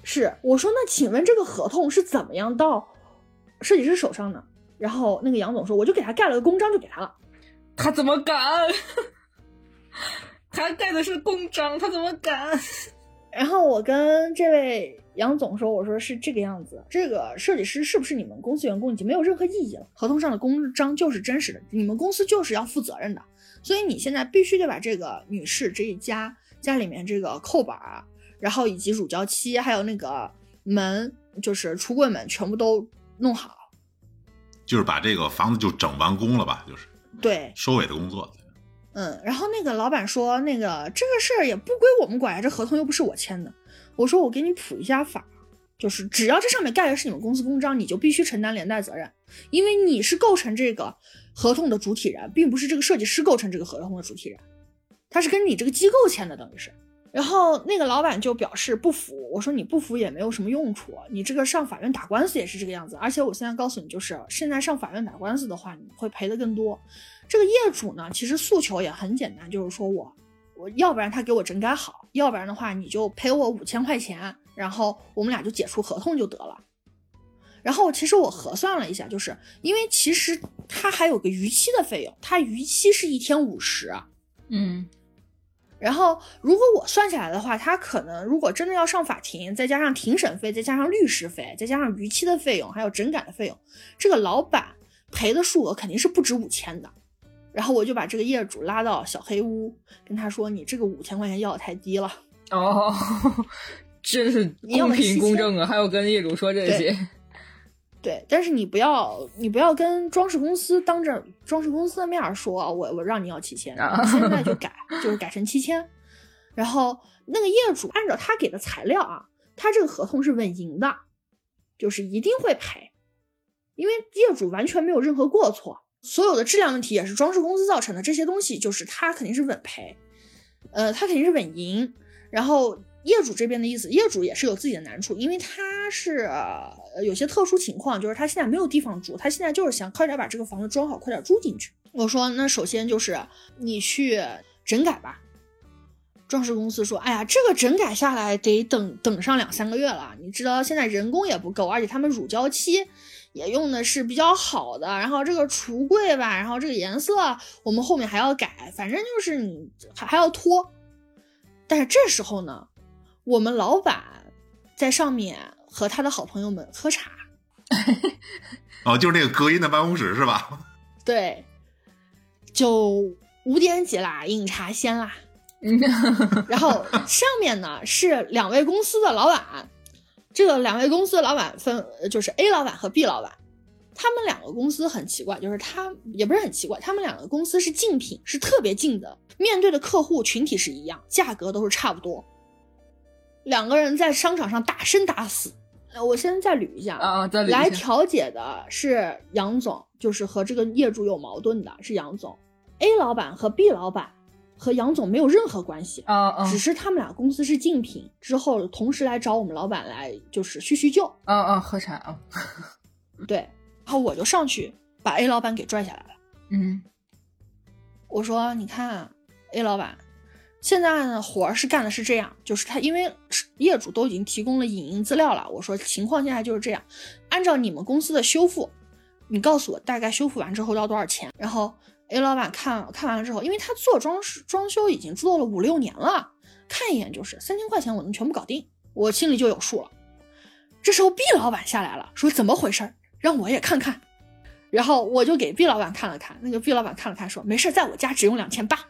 是，我说那请问这个合同是怎么样到设计师手上呢？然后那个杨总说，我就给他盖了个公章就给他了。 他怎么敢？他盖的是公章，他怎么敢？ 然后我跟这位杨总说，我说是这个样子，这个设计师是不是你们公司员工已经没有任何意义了，合同上的公章就是真实的，你们公司就是要负责任的，所以你现在必须得把这个女士这一家家里面这个扣板，然后以及乳胶漆还有那个门就是橱柜门全部都弄好， 就是把这个房子就整完工了吧，就是对收尾的工作。 嗯，然后那个老板说，那个这个事儿也不归我们管呀，这合同又不是我签的。我说我给你普一下法，就是只要这上面盖的是你们公司公章，你就必须承担连带责任，因为你是构成这个合同的主体人，并不是这个设计师构成这个合同的主体人，他是跟你这个机构签的，等于是。然后那个老板就表示不服，我说你不服也没有什么用处，你这个上法院打官司也是这个样子，而且我现在告诉你，就是现在上法院打官司的话，你会赔的更多。这个业主呢，其实诉求也很简单，就是说我我要不然他给我整改好，要不然的话你就赔我五千块钱，然后我们俩就解除合同就得了。然后其实我核算了一下，就是因为其实他还有个逾期的费用，他逾期是一天五十， 嗯。 然后如果我算下来的话，他可能如果真的要上法庭，再加上庭审费，再加上律师费，再加上逾期的费用，还有整改的费用，这个老板赔的数额肯定是不止五千的。然后我就把这个业主拉到小黑屋，跟他说，你这个五千块钱要的太低了。 哦，真是公平公正啊，还要跟业主说这些。 对，但是你不要，你不要跟装饰公司当着装饰公司的面说，我我让你要七千，你现在就改，就是改成七千。然后那个业主按照他给的材料啊，他这个合同是稳赢的，就是一定会赔，因为业主完全没有任何过错，所有的质量问题也是装饰公司造成的，这些东西就是他肯定是稳赔，呃，他肯定是稳赢。然后业主这边的意思，业主也是有自己的难处，因为他是、呃、有些特殊情况，就是他现在没有地方住，他现在就是想快点把这个房子装好，快点住进去。我说那首先就是你去整改吧。装饰公司说，哎呀，这个整改下来得等等上两三个月了，你知道现在人工也不够，而且他们乳胶漆也用的是比较好的，然后这个橱柜吧，然后这个颜色我们后面还要改，反正就是你还还要拖。但是这时候呢，我们老板在上面和他的好朋友们喝茶。 哦，就是那个隔音的办公室是吧？ 对，就五点几啦，饮茶鲜啦。然后上面呢是两位公司的老板，这个两位公司的老板分就是 A 老板和 B 老板，他们两个公司很奇怪，就是他也不是很奇怪，他们两个公司是竞品，是特别近的，面对的客户群体是一样，价格都是差不多。两个人在商场上打生打死。我先再捋一下啊，再捋一下。 来调解的是杨总，就是和这个业主有矛盾的是杨总。A 老板和 B 老板和杨总没有任何关系啊啊， 只是他们俩公司是竞品，之后同时来找我们老板来就是叙叙旧。 啊啊，喝茶啊。 对，然后我就上去把 A 老板给拽下来了。 嗯， 我说你看 A 老板现在呢活是干的是这样，就是他因为业主都已经提供了影音资料了，我说情况现在就是这样，按照你们公司的修复，你告诉我大概修复完之后要多少钱。然后 A 老板看看完了之后，因为他做装装修已经做了五六年了，看一眼就是三千块钱我能全部搞定，我心里就有数了。这时候 B 老板下来了，说怎么回事，让我也看看。然后我就给 B 老板看了看，那个 B 老板看了看说没事，在我家只用两千八。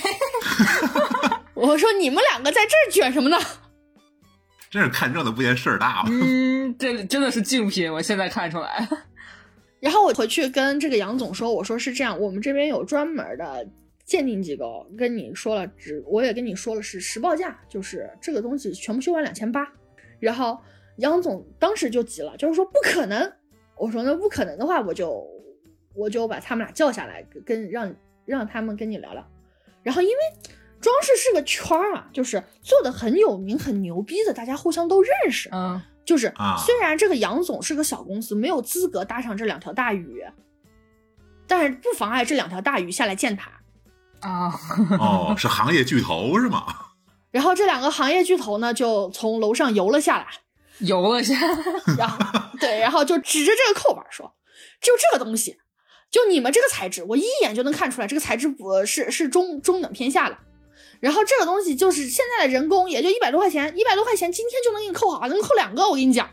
我说你们两个在这儿卷什么呢？ 真是看热闹不嫌事儿大了。 嗯，这真的是竞品，我现在看出来。 然后我回去跟这个杨总说，我说是这样，我们这边有专门的鉴定机构，跟你说了，只我也跟你说了是实报价，就是这个东西全部修完两千八。然后杨总当时就急了，就是说不可能。我说那不可能的话，我就我就把他们俩叫下来，跟让让他们跟你聊聊。然后因为装饰是个圈啊，就是做的很有名很牛逼的，大家互相都认识。 嗯， 就是、 啊、 虽然这个杨总是个小公司，没有资格搭上这两条大鱼，但是不妨碍这两条大鱼下来践踏啊。 哦，是行业巨头是吗？ 然后这两个行业巨头呢，就从楼上游了下来， 油了下， 然后对，然后就指着这个扣板说，就这个东西，就你们这个材质，我一眼就能看出来这个材质不是是中中等偏下的。然后这个东西就是现在的人工也就一百多块钱，一百多块钱今天就能给你扣好，能扣两个，我跟你讲。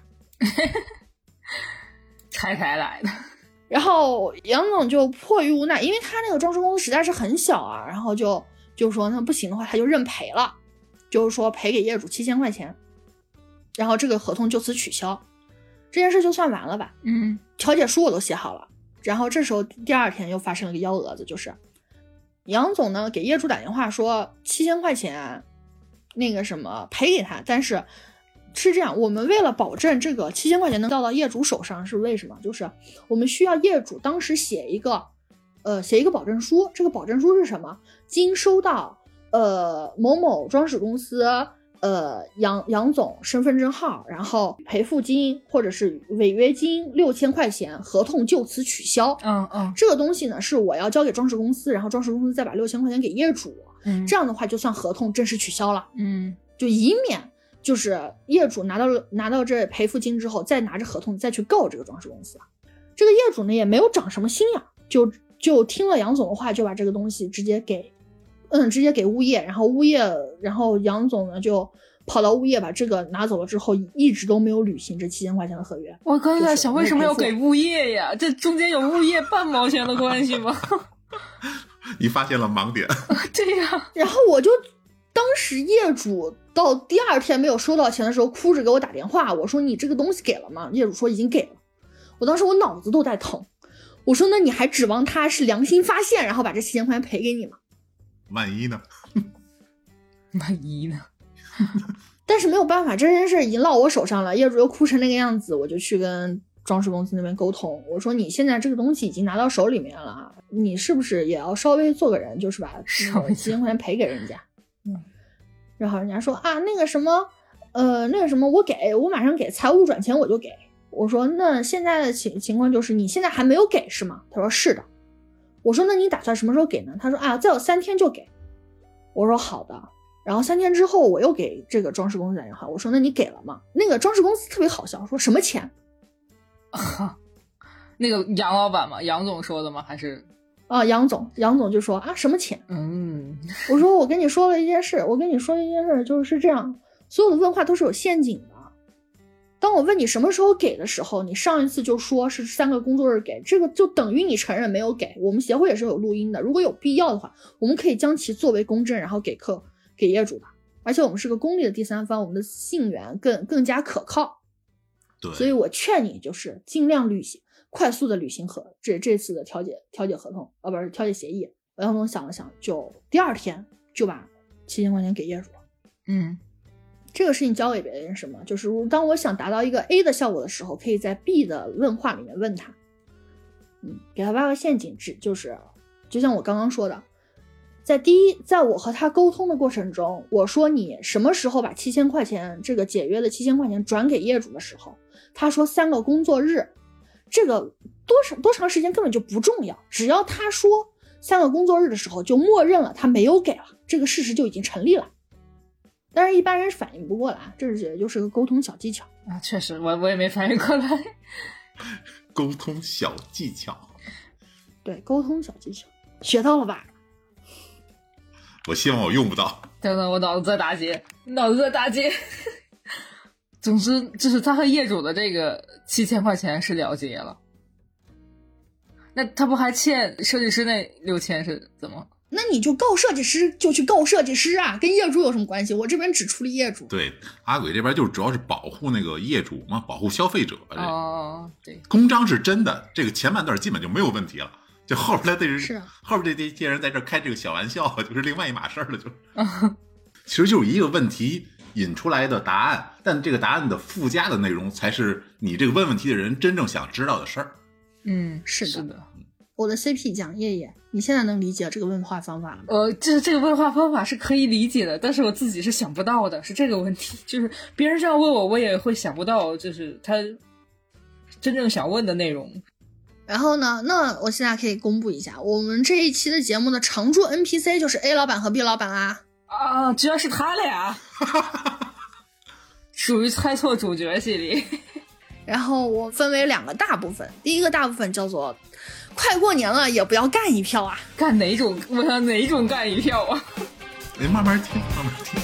拆台来的。 然后杨总就迫于无奈，因为他那个装饰公司实在是很小啊，然后就就说那不行的话他就认赔了，就是说赔给业主七千块钱，然后这个合同就此取消，这件事就算完了吧。 嗯， 调解书我都写好了。然后这时候第二天又发生了个幺蛾子，就是杨总呢给业主打电话说七千块钱那个什么赔给他，但是是这样，我们为了保证这个七千块钱能到到业主手上，是为什么？就是我们需要业主当时写一个呃写一个保证书，这个保证书是什么？经收到呃某某装饰公司呃杨杨总身份证号，然后赔付金或者是违约金六千块钱，合同就此取消。 嗯嗯， 这个东西呢是我要交给装饰公司，然后装饰公司再把六千块钱给业主， 嗯， 这样的话就算合同正式取消了。 嗯， 就以免就是业主拿到拿到这赔付金之后，再拿着合同再去告这个装饰公司。这个业主呢也没有长什么心眼，就就听了杨总的话，就把这个东西直接给嗯直接给物业，然后物业然后杨总呢就跑到物业把这个拿走了之后，一直都没有履行这七千块钱的合约。 我刚才想为什么要给物业呀？这中间有物业半毛钱的关系吗？ 你发现了盲点。 对呀， 然后我就当时业主到第二天没有收到钱的时候，哭着给我打电话，我说你这个东西给了吗？业主说已经给了。我当时我脑子都在疼，我说那你还指望他是良心发现，然后把这七千块钱赔给你吗？ 万一呢？ 万一呢？ 但是没有办法，这件事已经落我手上了，业主又哭成那个样子，我就去跟装饰公司那边沟通，我说你现在这个东西已经拿到手里面了，你是不是也要稍微做个人，就是把七千块钱赔给人家？ 嗯， 然后人家说啊，那个什么，呃，那个什么，我给我马上给，财务转钱我就给。我说那现在的情情况就是你现在还没有给是吗？他说是的。我说那你打算什么时候给呢？他说啊，再有三天就给。我说好的。然后三天之后我又给这个装饰公司打电话，我说那你给了吗？那个装饰公司特别好笑，说什么钱？ 啊，那个杨老板吗？杨总说的吗？还是啊，杨总，杨总就说啊，什么钱？ 嗯， 我说我跟你说了一件事，我跟你说一件事，就是这样，所有的问话都是有陷阱的。当我问你什么时候给的时候，你上一次就说是三个工作日给，这个就等于你承认没有给。我们协会也是有录音的，如果有必要的话，我们可以将其作为公证，然后给客给业主的。而且我们是个公立的第三方，我们的信源更更加可靠。 对， 所以我劝你就是尽量履行，快速的履行和这这次的调解调解合同，啊不是调解协议。杨总想了想，就第二天就把七千块钱给业主了。 嗯， 这个事情交给别人什么？就是当我想达到一个 A 的效果的时候，可以在 B 的问话里面问他，嗯，给他挖个陷阱，只就是就像我刚刚说的，在第一，在我和他沟通的过程中，我说你什么时候把七千块钱这个解约的七千块钱转给业主的时候，他说三个工作日，这个多长多长时间根本就不重要，只要他说三个工作日的时候，就默认了他没有给了，这个事实就已经成立了。但是一般人反应不过来，这也就是个沟通小技巧啊，确实，我我也没反应过来。 沟通小技巧， 对，沟通小技巧，学到了吧？ 我希望我用不到。 等等，我脑子在打结，脑子在打结。总之，就是他和业主的这个七千块钱是了结了，那他不还欠设计师那六千是怎么？ 那你就告设计师，就去告设计师啊，跟业主有什么关系？我这边只处理业主。 对，阿鬼这边就主要是保护那个业主嘛，保护消费者。 哦，对， 公章是真的，这个前半段基本就没有问题了。就后边的人是后边这些人在这开这个小玩笑，就是另外一码事了。就其实就是一个问题引出来的答案，但这个答案的附加的内容才是你这个问问题的人真正想知道的事儿。 嗯， 是的。 是的。 我的 C P 讲叶叶，你现在能理解这个问话方法了吗？ 呃，这这个问话方法是可以理解的，但是我自己是想不到的，是这个问题，就是别人这样问我，我也会想不到，就是他真正想问的内容。 然后呢，那我现在可以公布一下，我们这一期的节目的常驻 N P C 就是 A 老板和 B 老板啊。 啊，居然是他俩！ 属于猜错主角系列。 然后我分为两个大部分，第一个大部分叫做快过年了也不要干一票啊。 干哪种？我想哪种干一票啊？ 哎，慢慢听，慢慢听。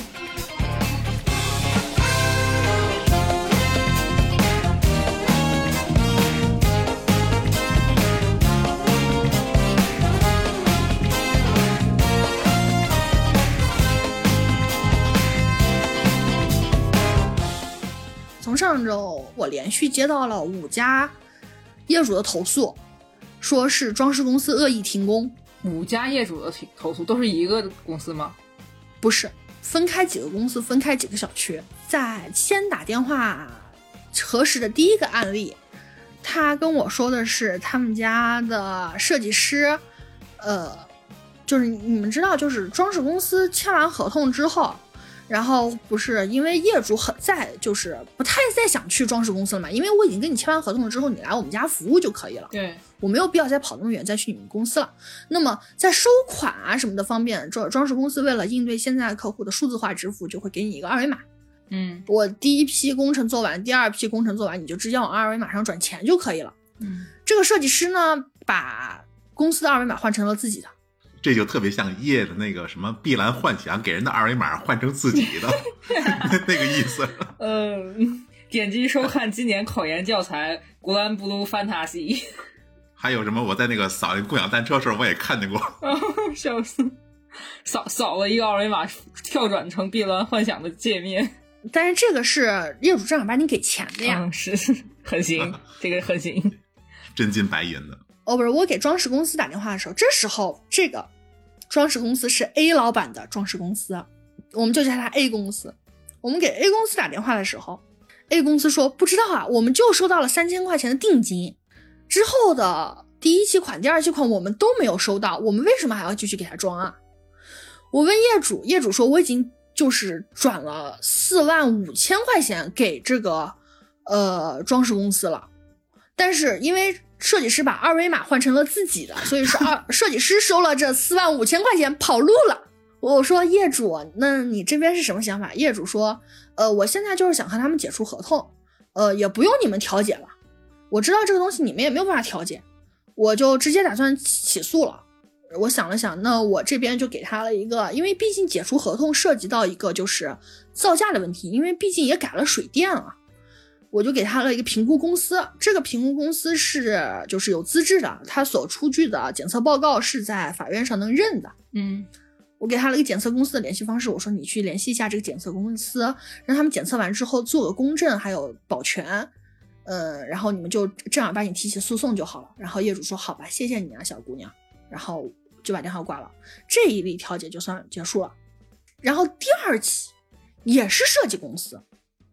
从上周我连续接到了五家业主的投诉，说是装饰公司恶意停工。 五家业主的投诉都是一个公司吗？ 不是，分开几个公司，分开几个小区。在先打电话核实的第一个案例，他跟我说的是他们家的设计师，呃，就是你们知道，就是装饰公司签完合同之后，然后不是因为业主很在，就是不太再想去装饰公司了嘛，因为我已经跟你签完合同了之后，你来我们家服务就可以了。 对， 我没有必要再跑那么远再去你们公司了。那么在收款啊什么的方面，装装饰公司为了应对现在客户的数字化支付，就会给你一个二维码。 嗯， 我第一批工程做完，第二批工程做完，你就直接往二维码上转钱就可以了。 嗯，这个设计师呢，把公司的二维码换成了自己的。 这就特别像叶的那个什么碧蓝幻想，给人的二维码换成自己的那个意思。 嗯，点击收看今年考研教材《古兰布鲁范塔西》。 还有什么？我在那个扫共享单车时候，我也看见过。 笑死！扫扫了一个二维码，跳转成碧蓝幻想的界面。 但是这个是业主正儿八经给钱的呀。 嗯，是很行，这个很行， 真金白银的。 哦，不是，我给装饰公司打电话的时候，这时候这个装饰公司是 A 老板的装饰公司，我们就叫它 A 公司。我们给 A 公司打电话的时候 ，A 公司说不知道啊，我们就收到了三千块钱的定金，之后的第一期款、第二期款我们都没有收到，我们为什么还要继续给他装啊？我问业主，业主说我已经就是转了四万五千块钱给这个呃装饰公司了，但是因为设计师把二维码换成了自己的，所以是二设计师收了这四万五千块钱跑路了。我说业主，那你这边是什么想法？业主说，呃，我现在就是想和他们解除合同，呃，也不用你们调解了。我知道这个东西你们也没有办法调解，我就直接打算起诉了。我想了想，那我这边就给他了一个，因为毕竟解除合同涉及到一个就是造价的问题，因为毕竟也改了水电了。我就给他了一个评估公司，这个评估公司是就是有资质的，他所出具的检测报告是在法院上能认的。 嗯， 我给他了一个检测公司的联系方式，我说你去联系一下这个检测公司，让他们检测完之后做个公证还有保全，呃，然后你们就正儿八经提起诉讼就好了。然后业主说好吧，谢谢你啊小姑娘，然后就把电话挂了。这一例调解就算结束了。然后第二起也是设计公司，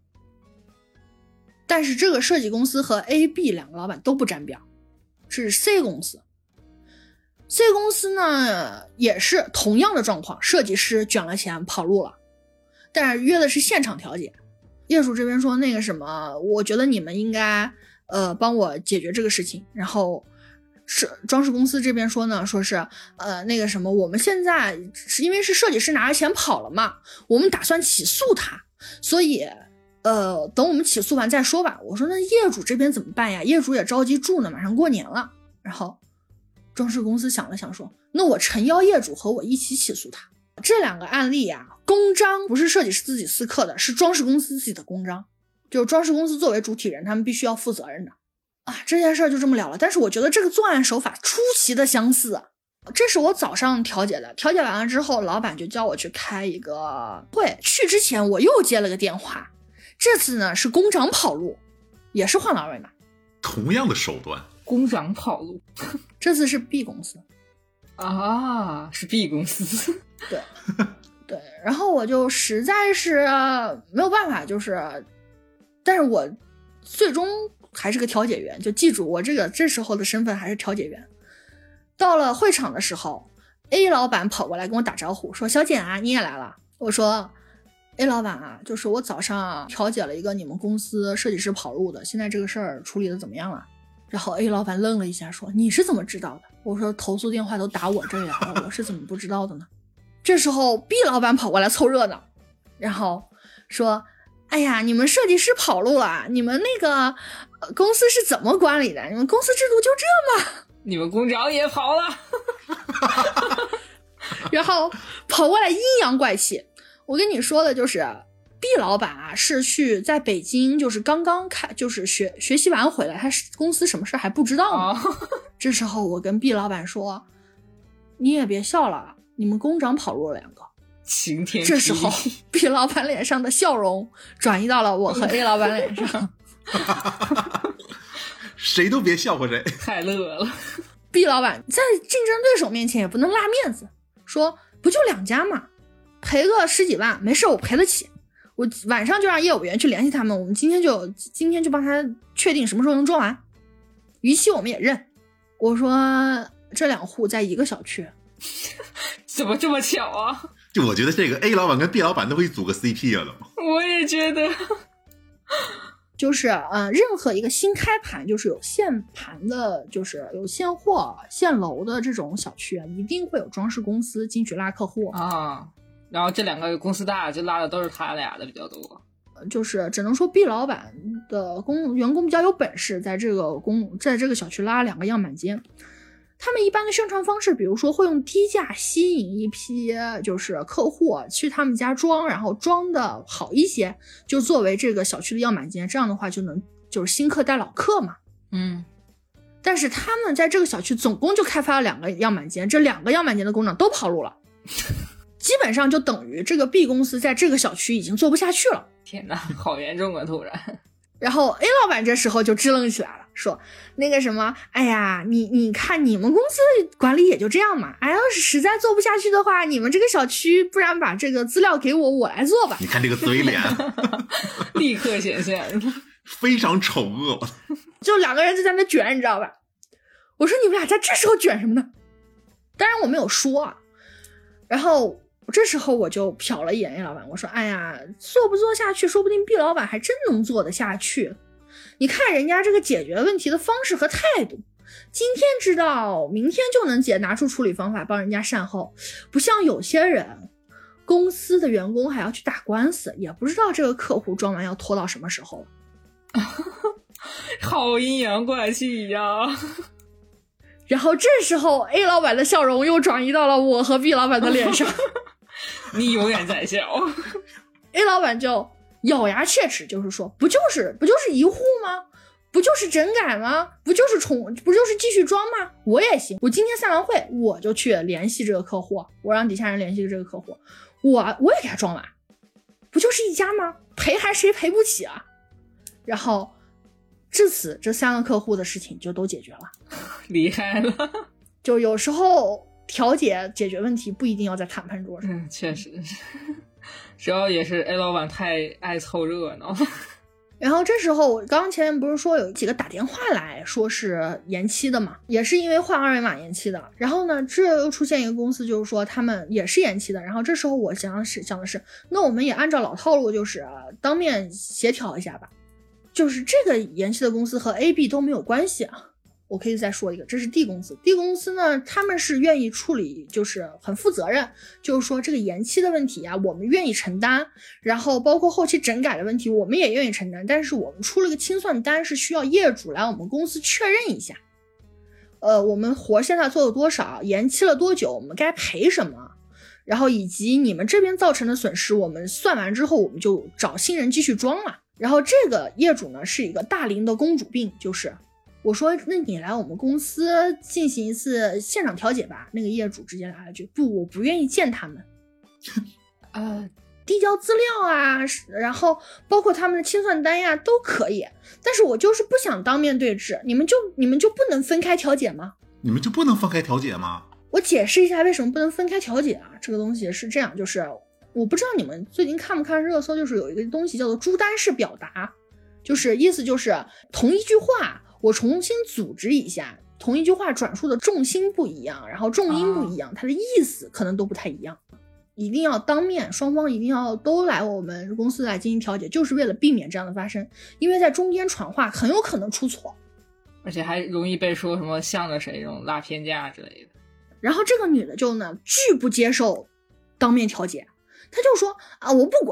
但是这个设计公司和 A、B 两个老板都不沾边，是 C 公司。C 公司呢也是同样的状况，设计师卷了钱跑路了，但是约的是现场调解。业主这边说那个什么，我觉得你们应该呃帮我解决这个事情。然后是装饰公司这边说呢，说是呃那个什么，我们现在是因为是设计师拿着钱跑了嘛，我们打算起诉他，所以呃，等我们起诉完再说吧。我说那业主这边怎么办呀？业主也着急住呢，马上过年了。然后装饰公司想了想说，那我诚邀业主和我一起起诉他。这两个案例啊，公章不是设计师自己私刻的，是装饰公司自己的公章，就是装饰公司作为主体人，他们必须要负责任的啊。这件事儿就这么了了。但是我觉得这个作案手法出奇的相似。这是我早上调解的，调解完了之后，老板就叫我去开一个会。去之前我又接了个电话，这次呢是工长跑路，也是换了二维码， 同样的手段。 工长跑路， 这次是 B 公司啊，是 B 公司。 对对，然后我就实在是没有办法，就是，但是我最终还是个调解员，就记住我这个这时候的身份还是调解员。到了会场的时候 ，A 老板跑过来跟我打招呼，说：“小简啊，你也来了。”我说 ：“A 老板啊，就是我早上调解了一个你们公司设计师跑路的，现在这个事儿处理的怎么样了？”然后 A 老板愣了一下，说：“你是怎么知道的？”我说：“投诉电话都打我这儿来了，我是怎么不知道的呢？”这时候 B 老板跑过来凑热闹，然后说：“ 哎呀，你们设计师跑路了，你们那个公司是怎么管理的？你们公司制度就这吗？ 你们工长也跑了。 然后跑过来阴阳怪气。我跟你说的就是毕老板啊，是去在北京，就是刚刚开，就是学学习完回来，他公司什么事还不知道呢。哦、这时候我跟毕老板说，你也别笑了，你们工长跑路了两个。 晴天霹雳。 这时候毕老板脸上的笑容转移到了我和 A 老板脸上。 谁都别笑话谁， 太乐了。 毕老板在竞争对手面前也不能拉面子，说不就两家嘛，赔个十几万没事，我赔得起。我晚上就让业务员去联系他们，我们今天就今天就帮他确定什么时候能装完，逾期我们也认。我说这两户在一个小区。 怎么这么巧啊？ 就我觉得这个 A 老板跟 B 老板都可以组个 C P 了嘛。 我也觉得。 就是呃，任何一个新开盘，就是有现盘的，就是有现货现楼的这种小区啊，一定会有装饰公司进去拉客户啊。然后这两个公司大，就拉的都是他俩的比较多。 就是只能说 B 老板的工员工比较有本事，在这个公在这个小区拉两个样板间。他们一般的宣传方式，比如说会用低价吸引一批就是客户去他们家装，然后装的好一些，就作为这个小区的样板间，这样的话就能就是新客带老客嘛。 嗯， 但是他们在这个小区总共就开发了两个样板间，这两个样板间的工长都跑路了，基本上就等于这个 B 公司在这个小区已经做不下去了。 天哪，好严重啊！突然。 然后 A 老板这时候就支棱起来了，说那个什么，哎呀，你你看你们公司管理也就这样嘛，哎，要是实在做不下去的话，你们这个小区不然把这个资料给我，我来做吧。 你看这个嘴脸， 立刻显现， 非常丑恶。 就两个人就在那卷，你知道吧？我说你们俩在这时候卷什么呢？当然我没有说啊。然后这时候我就瞟了一眼 A 老板，我说哎呀，做不做下去，说不定 B 老板还真能做得下去。你看人家这个解决问题的方式和态度，今天知道明天就能解，拿出处理方法帮人家善后，不像有些人公司的员工还要去打官司，也不知道这个客户装完要拖到什么时候。 好阴阳怪气呀。 然后这时候 A 老板的笑容又转移到了我和 B 老板的脸上。 你永远在笑。 A 老板就咬牙切齿，就是说不就是不就是一户吗？不就是整改吗？不就是重不就是继续装吗？我也行，我今天散完会我就去联系这个客户，我让底下人联系这个客户，我我也给他装完，不就是一家吗？赔还谁赔不起啊？然后至此这三个客户的事情就都解决了。 厉害了。 就有时候调解解决问题不一定要在谈判桌上。 嗯，确实。主要也是 A 老板太爱凑热闹。 然后这时候我刚刚前面不是说有几个打电话来说是延期的嘛，也是因为换二维码延期的。然后呢这又出现一个公司，就是说他们也是延期的。然后这时候我想的是想的是那我们也按照老套路，就是当面协调一下吧。就是这个延期的公司和 A B 都没有关系啊。我可以再说一个，这是 D 公司 D 公司呢，他们是愿意处理，就是很负责任，就是说这个延期的问题啊我们愿意承担，然后包括后期整改的问题我们也愿意承担，但是我们出了个清算单，是需要业主来我们公司确认一下，呃，我们活现在做了多少，延期了多久，我们该赔什么，然后以及你们这边造成的损失，我们算完之后我们就找新人继续装了。然后这个业主呢是一个大龄的公主病，就是我说那你来我们公司进行一次现场调解吧，那个业主直接来了句不，我不愿意见他们。呃，递交资料啊，然后包括他们的清算单呀都可以，但是我就是不想当面对质，你们就你们就不能分开调解吗？ 你们就不能分开调解吗？ 我解释一下为什么不能分开调解啊，这个东西是这样，就是我不知道你们最近看不看热搜，就是有一个东西叫做朱丹式表达，就是意思就是同一句话我重新组织一下，同一句话转述的重心不一样，然后重音不一样，它的意思可能都不太一样，一定要当面，双方一定要都来我们公司来进行调解，就是为了避免这样的发生，因为在中间传话很有可能出错， 而且还容易被说什么向着谁这种拉偏架之类的。 然后这个女的就呢拒不接受当面调解，她就说啊我不管，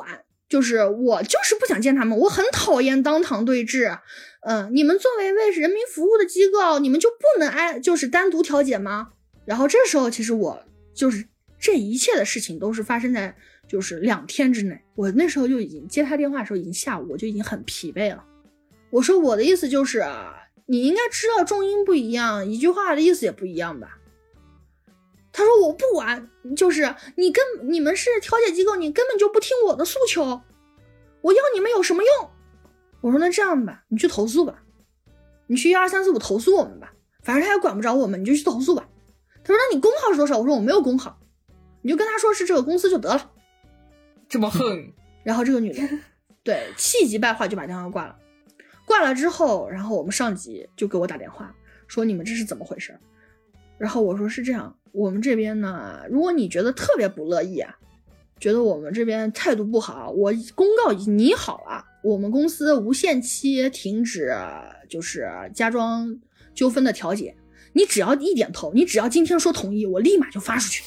就是我就是不想见他们，我很讨厌当堂对质。嗯，你们作为为人民服务的机构，你们就不能挨就是单独调解吗？然后这时候其实我就是这一切的事情都是发生在就是两天之内。我那时候就已经接他电话的时候已经下午，我就已经很疲惫了。我说我的意思就是啊，你应该知道重音不一样，一句话的意思也不一样吧。他说我不管，就是你跟你们是调解机构，你根本就不听我的诉求，我要你们有什么用？我说那这样吧，你去投诉吧，你去一二三四五投诉我们吧，反正他也管不着我们，你就去投诉吧。他说那你工号是多少？我说我没有工号，你就跟他说是这个公司就得了。 这么横。 然后这个女的对气急败坏就把电话挂了。挂了之后，然后我们上级就给我打电话说你们这是怎么回事？然后我说是这样，我们这边呢，如果你觉得特别不乐意啊，觉得我们这边态度不好，我公告已经拟好了，我们公司无限期停止就是家装纠纷的调解，你只要一点头，你只要今天说同意，我立马就发出去。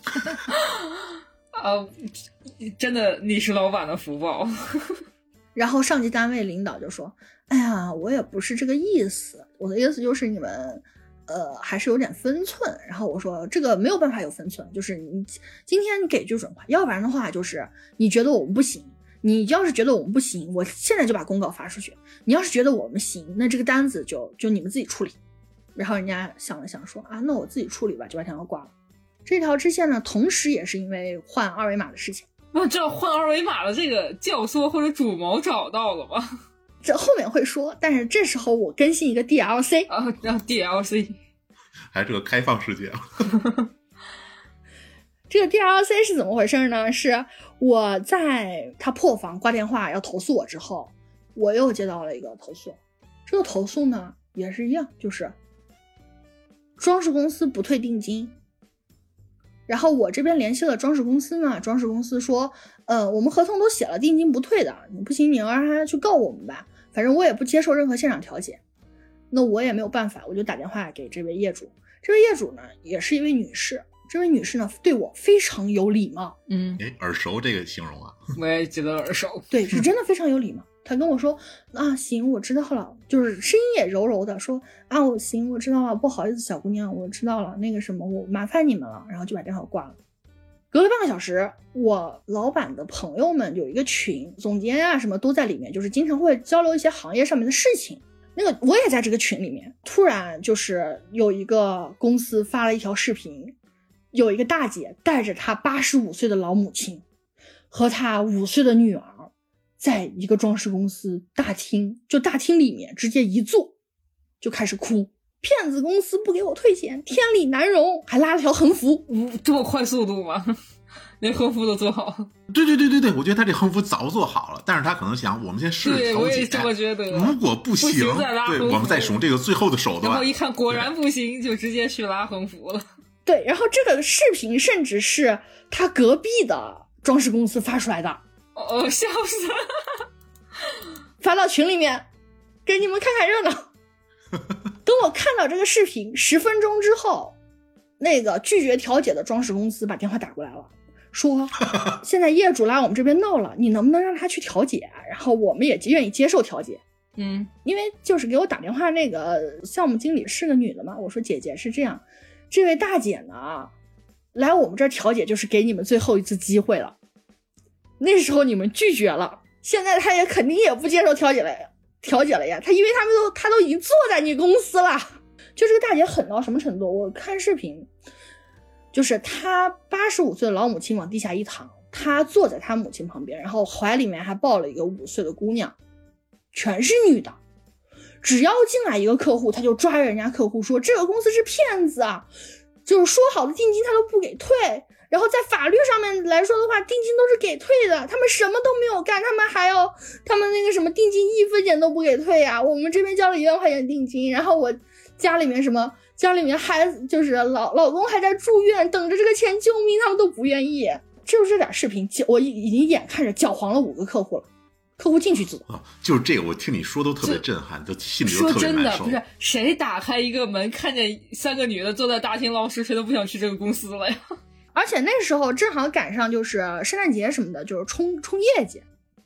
啊，真的你是老板的福报。 然后上级单位领导就说哎呀我也不是这个意思，我的意思就是你们呃还是有点分寸。然后我说这个没有办法有分寸，就是你今天你给句准话，要不然的话就是你觉得我们不行，你要是觉得我们不行，我现在就把公告发出去，你要是觉得我们行，那这个单子就就你们自己处理。然后人家想了想说啊那我自己处理吧，就把电话挂了。这条支线呢同时也是因为换二维码的事情。 那这换二维码的这个教唆或者主谋找到了吗？ 这后面会说，但是这时候我更新一个 D L C 啊，让 D L C 还是个开放世界。 这个 D L C 是怎么回事呢？是我在他破防挂电话要投诉我之后，我又接到了一个投诉。这个投诉呢也是一样，就是装饰公司不退定金。然后我这边联系了装饰公司呢，装饰公司说呃，我们合同都写了，定金不退的，你不行你要让他去告我们吧，反正我也不接受任何现场调解。那我也没有办法，我就打电话给这位业主。这位业主呢也是一位女士，这位女士呢对我非常有礼貌。 嗯， 哎，耳熟这个形容啊， 我也觉得耳熟。 对，是真的非常有礼貌。他跟我说啊行我知道了，就是声音也柔柔的说啊我行我知道了，不好意思小姑娘我知道了，那个什么我麻烦你们了，然后就把电话挂了。隔了半个小时，我老板的朋友们有一个群，总监啊什么都在里面，就是经常会交流一些行业上面的事情。那个我也在这个群里面，突然就是有一个公司发了一条视频，有一个大姐带着她八十五岁的老母亲和她五岁的女儿在一个装饰公司大厅，就大厅里面直接一坐就开始哭，骗子公司不给我退钱，天理难容，还拉了条横幅。 嗯，这么快速度吗？连横幅都做好。 对对对对对，我觉得他这横幅早做好了，但是他可能想我们先试试调解， 对，我也这么觉得。 如果不行， 不行再拉横幅， 对，我们再使用这个最后的手段。 然后一看果然不行，就直接去拉横幅了。 对，然后这个视频甚至是他隔壁的装饰公司发出来的。 哦，笑死了。 发到群里面给你们看看热闹。等我看到这个视频十分钟之后，那个拒绝调解的装饰公司把电话打过来了，说现在业主来我们这边闹了，你能不能让他去调解？然后我们也愿意接受调解。 嗯， 因为就是给我打电话那个项目经理是个女的嘛，我说姐姐是这样，这位大姐呢来我们这儿调解就是给你们最后一次机会了，那时候你们拒绝了，现在她也肯定也不接受调解了呀，调解了呀，她因为他们都她都已经坐在你公司了。就这个大姐狠到什么程度，我看视频就是她八十五岁的老母亲往地下一躺，她坐在她母亲旁边，然后怀里面还抱了一个五岁的姑娘，全是女的。只要进来一个客户，他就抓人家客户说这个公司是骗子啊，就是说好的定金他都不给退，然后在法律上面来说的话，定金都是给退的，他们什么都没有干，他们还要他们那个什么定金一分钱都不给退啊，我们这边交了一万块钱定金，然后我家里面什么家里面孩子就是老老公还在住院等着这个钱救命，他们都不愿意。就是这点视频我已经眼看着搅黄了五个客户了，客户进去走、 哦、就是这个我听你说都特别震撼，就心里都特别难受。 说真的，不是谁打开一个门看见三个女的坐在大厅捞尸，谁都不想去这个公司了呀。 而且那时候正好赶上就是圣诞节什么的，就是冲冲业绩，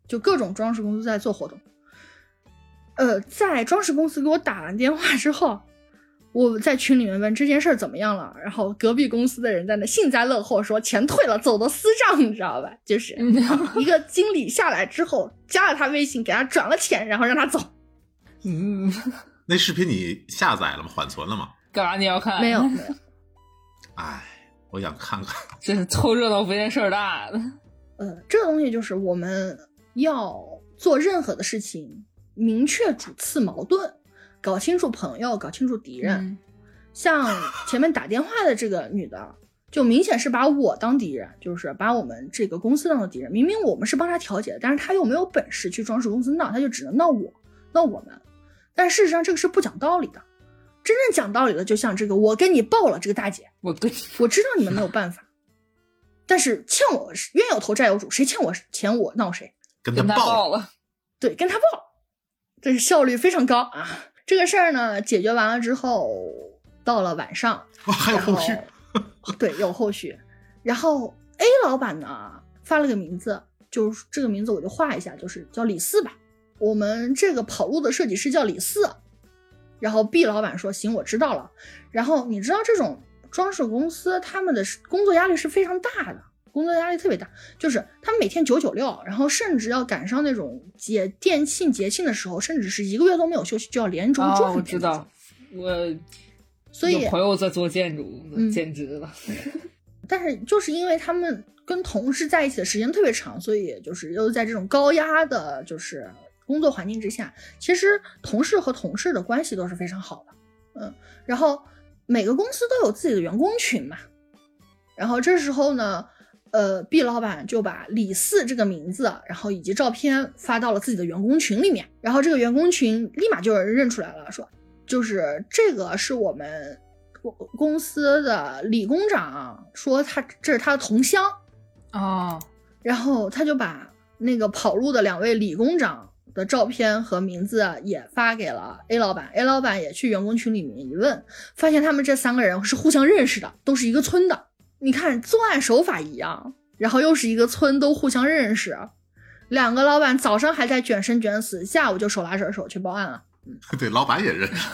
就各种装饰公司在做活动。呃，在装饰公司给我打完电话之后，我在群里面问这件事怎么样了，然后隔壁公司的人在那幸灾乐祸说钱退了，走的私账，你知道吧？就是一个经理下来之后加了他微信，给他转了钱，然后让他走。 嗯， 那视频你下载了吗？缓存了吗？ 干啥你要看？ 没有没有。 哎，我想看看。 这是凑热闹不嫌事儿大的。 呃，这个东西就是我们要做任何的事情，明确主次矛盾，搞清楚朋友，搞清楚敌人。嗯、像前面打电话的这个女的，就明显是把我当敌人，就是把我们这个公司当做敌人。明明我们是帮她调解的，但是她又没有本事去装饰公司闹，她就只能闹我，闹我们。但事实上这个是不讲道理的。真正讲道理的，就像这个，我跟你报了，这个大姐， 我跟我知道你们没有办法，但是欠我冤有头债有主，谁欠我钱我闹谁， 跟他报了， 对，跟他报，这是效率非常高啊。这个事儿呢解决完了之后，到了晚上， 哇，还有后续， 对，有后续。然后 A 老板呢发了个名字，就是这个名字我就画一下，就是叫李四吧。我们这个跑路的设计师叫李四。然后 B 老板说行，我知道了。然后你知道这种装饰公司他们的工作压力是非常大的，工作压力特别大，就是他们每天九九六，然后甚至要赶上那种节店庆节庆的时候，甚至是一个月都没有休息，就要连轴转。 哦，我知道，我所以有朋友在做建筑， 嗯、 兼职了。 但是就是因为他们跟同事在一起的时间特别长，所以就是又在这种高压的，就是工作环境之下，其实同事和同事的关系都是非常好的，嗯，然后每个公司都有自己的员工群嘛，然后这时候呢，呃 ，B 老板就把李四这个名字，然后以及照片发到了自己的员工群里面，然后这个员工群立马就有人认出来了，说就是这个是我们公司的李工长，说他这是他的同乡哦， 然后他就把那个跑路的两位李工长的照片和名字也发给了 A 老板 ，A 老板也去员工群里面一问，发现他们这三个人是互相认识的，都是一个村的。你看作案手法一样，然后又是一个村，都互相认识。两个老板早上还在卷生卷死，下午就手拉着手去报案了。 嗯、对，老板也认识，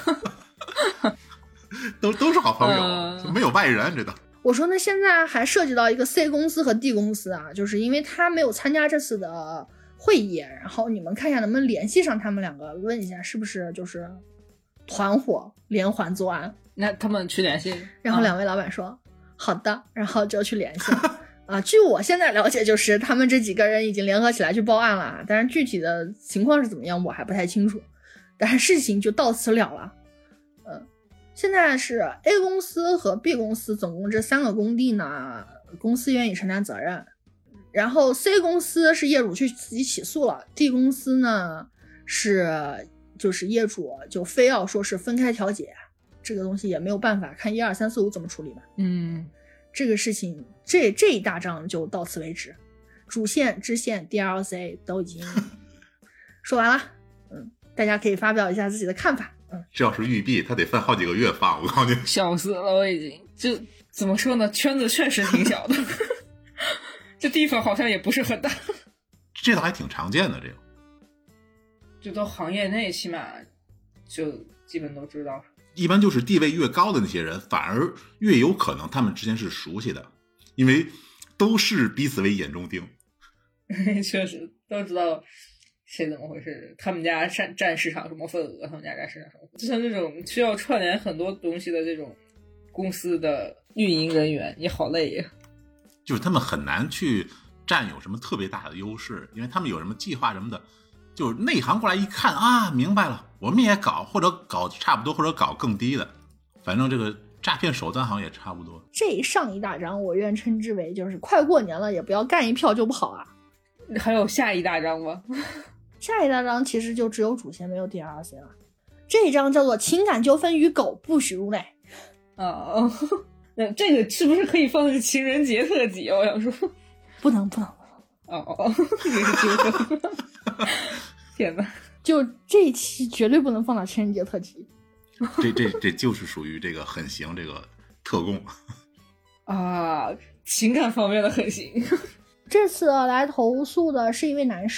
都都是好朋友，呃、没有外人，这都。 我说那现在还涉及到一个 C 公司和 D 公司啊，就是因为他没有参加这次的会议，然后你们看一下能不能联系上他们两个，问一下是不是就是团伙连环作案。 那他们去联系， 然后两位老板说、嗯、好的，然后就去联系了啊。据我现在了解，就是他们这几个人已经联合起来去报案了，但是具体的情况是怎么样我还不太清楚，但是事情就到此了了。嗯，现在是 A 公司和 B 公司总共这三个工地呢，公司愿意承担责任，然后 C 公司是业主去自己起诉了， D 公司呢是就是业主就非要说是分开调解，这个东西也没有办法，看一二三四五怎么处理吧。 嗯， 这个事情这这一大章就到此为止，主线支线 D L C 都已经说完了。嗯，大家可以发表一下自己的看法。嗯， 这要是玉璧他得分好几个月放，我告诉你， 笑死了，我已经就怎么说呢，圈子确实挺小的这地方好像也不是很大， 这倒还挺常见的，这个就到行业内起码就基本都知道。 一般就是地位越高的那些人反而越有可能他们之间是熟悉的，因为都是彼此为眼中钉确实都知道谁怎么回事，他们家占占市场什么份额，他们家占市场什么份额，就像这种需要串联很多东西的这种公司的运营人员也好累呀， 就是他们很难去占有什么特别大的优势，因为他们有什么计划什么的，就是内行过来一看啊，明白了，我们也搞，或者搞差不多，或者搞更低的，反正这个诈骗手段好像也差不多。 这上一大章我愿称之为就是快过年了也不要干一票就不好啊。 还有下一大章吗？ 下一大章其实就只有主线没有 D L C 了，这一章叫做情感纠纷与狗不许入内。 哦，那这个是不是可以放在情人节特辑？我想说不能不能哦哦，这个是纠纷天哪， 就这一期绝对不能放到情人节特辑这这这就是属于这个狠刑，这个特供啊，情感方面的狠刑。 这次来投诉的是一位男士，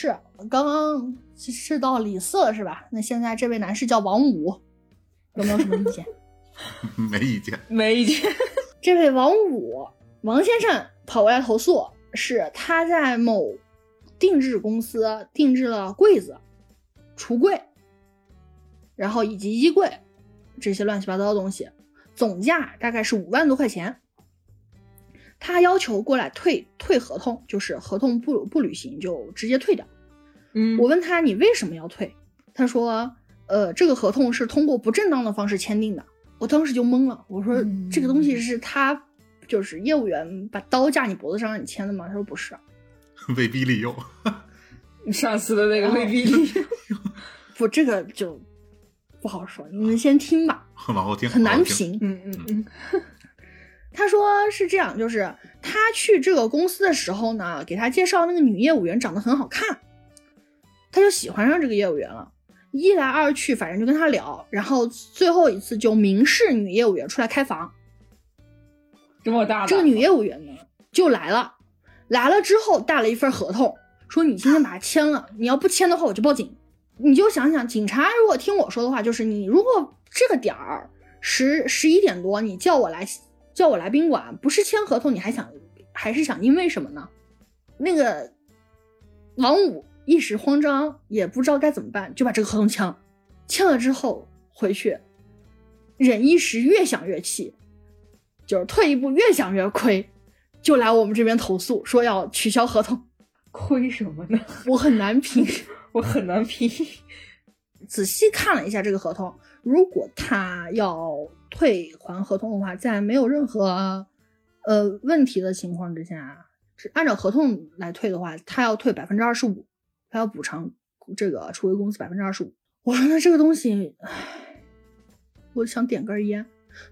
刚刚是到李四了是吧？那现在这位男士叫王五，有没有什么意见？ 没意见， 没意见。 这位王五王先生跑过来投诉，是他在某定制公司定制了柜子、橱柜，然后以及衣柜这些乱七八糟的东西，总价大概是五万多块钱。他要求过来退退合同，就是合同不不履行就直接退掉。 嗯， 我问他你为什么要退？他说呃，这个合同是通过不正当的方式签订的。我当时就懵了，我说、嗯、这个东西是他就是业务员把刀架你脖子上让你签的吗？他说不是， 威逼利诱。 上次的那个威逼利诱。 不，这个就不好说，你们先听吧， 往后听很难评。 嗯嗯嗯。 他说是这样，就是他去这个公司的时候呢，给他介绍那个女业务员长得很好看，他就喜欢上这个业务员了。一来二去，反正就跟他聊，然后最后一次就明示女业务员出来开房。 这么大的这个女业务员呢就来了，来了之后带了一份合同，说你今天把它签了，你要不签的话我就报警。你就想想，警察如果听我说的话，就是你如果这个点儿十十一点多你叫我来叫我来宾馆，不是签合同，你还想还是想因为什么呢？那个王五一时慌张，也不知道该怎么办，就把这个合同签了。签了之后回去，忍一时越想越气，就是退一步越想越亏，就来我们这边投诉，说要取消合同。 亏什么呢？ 我很难评， 我很难评。 仔细看了一下这个合同，如果他要退还合同的话，在没有任何呃问题的情况之下，是按照合同来退的话，他要退百分之二十五，他要补偿这个橱柜公司百分之二十五。我说那这个东西，唉，我想点根烟，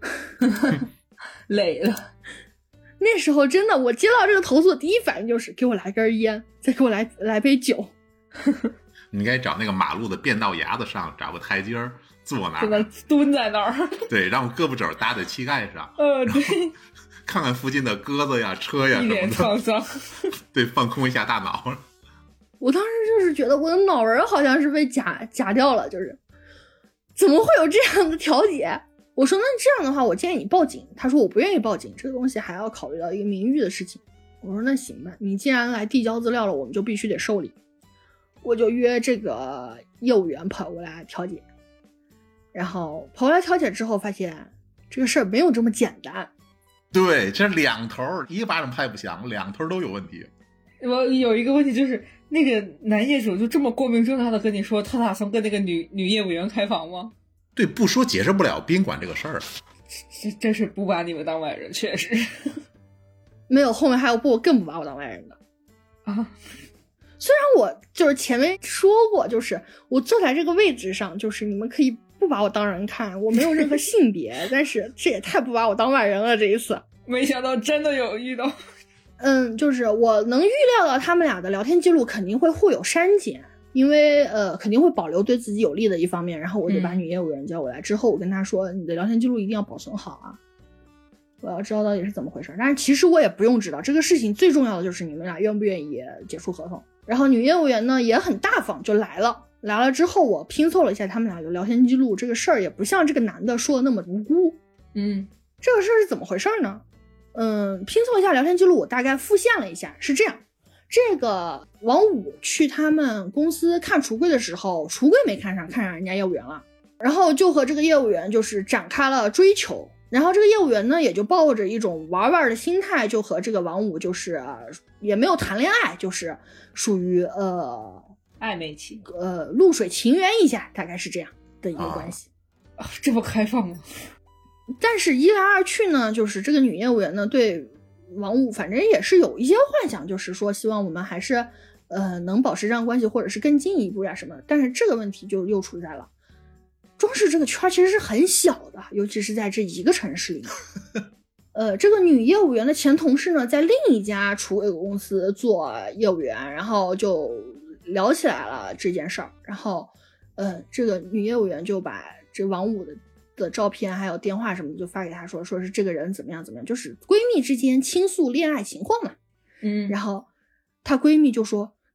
累了。 那时候真的，我接到这个投诉的第一反应就是给我来根烟，再给我来来杯酒。 你应该找那个马路的便道牙子上找个台阶儿坐那儿， 在那蹲在那儿， 对，让胳膊肘搭在膝盖上， 呃，对， 看看附近的鸽子呀、车呀什么的， 一脸沧桑， 对，放空一下大脑。 我当时就是觉得我的脑仁好像是被夹夹掉了，就是怎么会有这样的调解？我说那这样的话，我建议你报警。他说我不愿意报警，这个东西还要考虑到一个名誉的事情。我说那行吧，你既然来递交资料了，我们就必须得受理。我就约这个业务员跑过来调解，然后跑过来调解之后，发现这个事儿没有这么简单。 对，这两头一个巴掌拍不响，两头都有问题。 我有一个问题就是，那个男业主就这么光明正大的跟你说，他打算跟那个女女业务员开房吗？ 对，不说解释不了宾馆这个事儿。 这这是不把你们当外人，确实。 没有，后面还有不更不把我当外人的啊。 虽然我就是前面说过，就是我坐在这个位置上，就是你们可以不把我当人看，我没有任何性别，但是这也太不把我当外人了。这一次， 没想到真的有遇到。 嗯，就是我能预料到他们俩的聊天记录肯定会互有删减，因为呃肯定会保留对自己有利的一方面。然后我就把女业务员叫过来、嗯、之后，我跟她说，你的聊天记录一定要保存好啊，我要知道到底是怎么回事。但是其实我也不用知道，这个事情最重要的就是你们俩愿不愿意解除合同。然后女业务员呢也很大方，就来了。来了之后，我拼凑了一下他们俩的聊天记录，这个事儿也不像这个男的说的那么无辜。 嗯， 这个事儿是怎么回事呢？嗯，拼凑一下聊天记录，我大概复现了一下，是这样：这个王五去他们公司看橱柜的时候，橱柜没看上，看上人家业务员了，然后就和这个业务员就是展开了追求。然后这个业务员呢，也就抱着一种玩玩的心态，就和这个王五就是、呃、也没有谈恋爱，就是属于呃暧昧期， 呃露水情缘一下，大概是这样的一个关系。 啊，这么开放吗？ 但是一来二去呢，就是这个女业务员呢对王五反正也是有一些幻想，就是说希望我们还是呃能保持这样关系，或者是更进一步呀什么的。但是这个问题就又出在了。装饰这个圈其实是很小的，尤其是在这一个城市里面。呃，这个女业务员的前同事呢，在另一家橱柜公司做业务员，然后就聊起来了这件事儿。然后，呃，这个女业务员就把这王五的的照片还有电话什么的就发给她说，说是这个人怎么样怎么样，就是闺蜜之间倾诉恋爱情况嘛。 嗯， 然后她闺蜜就说，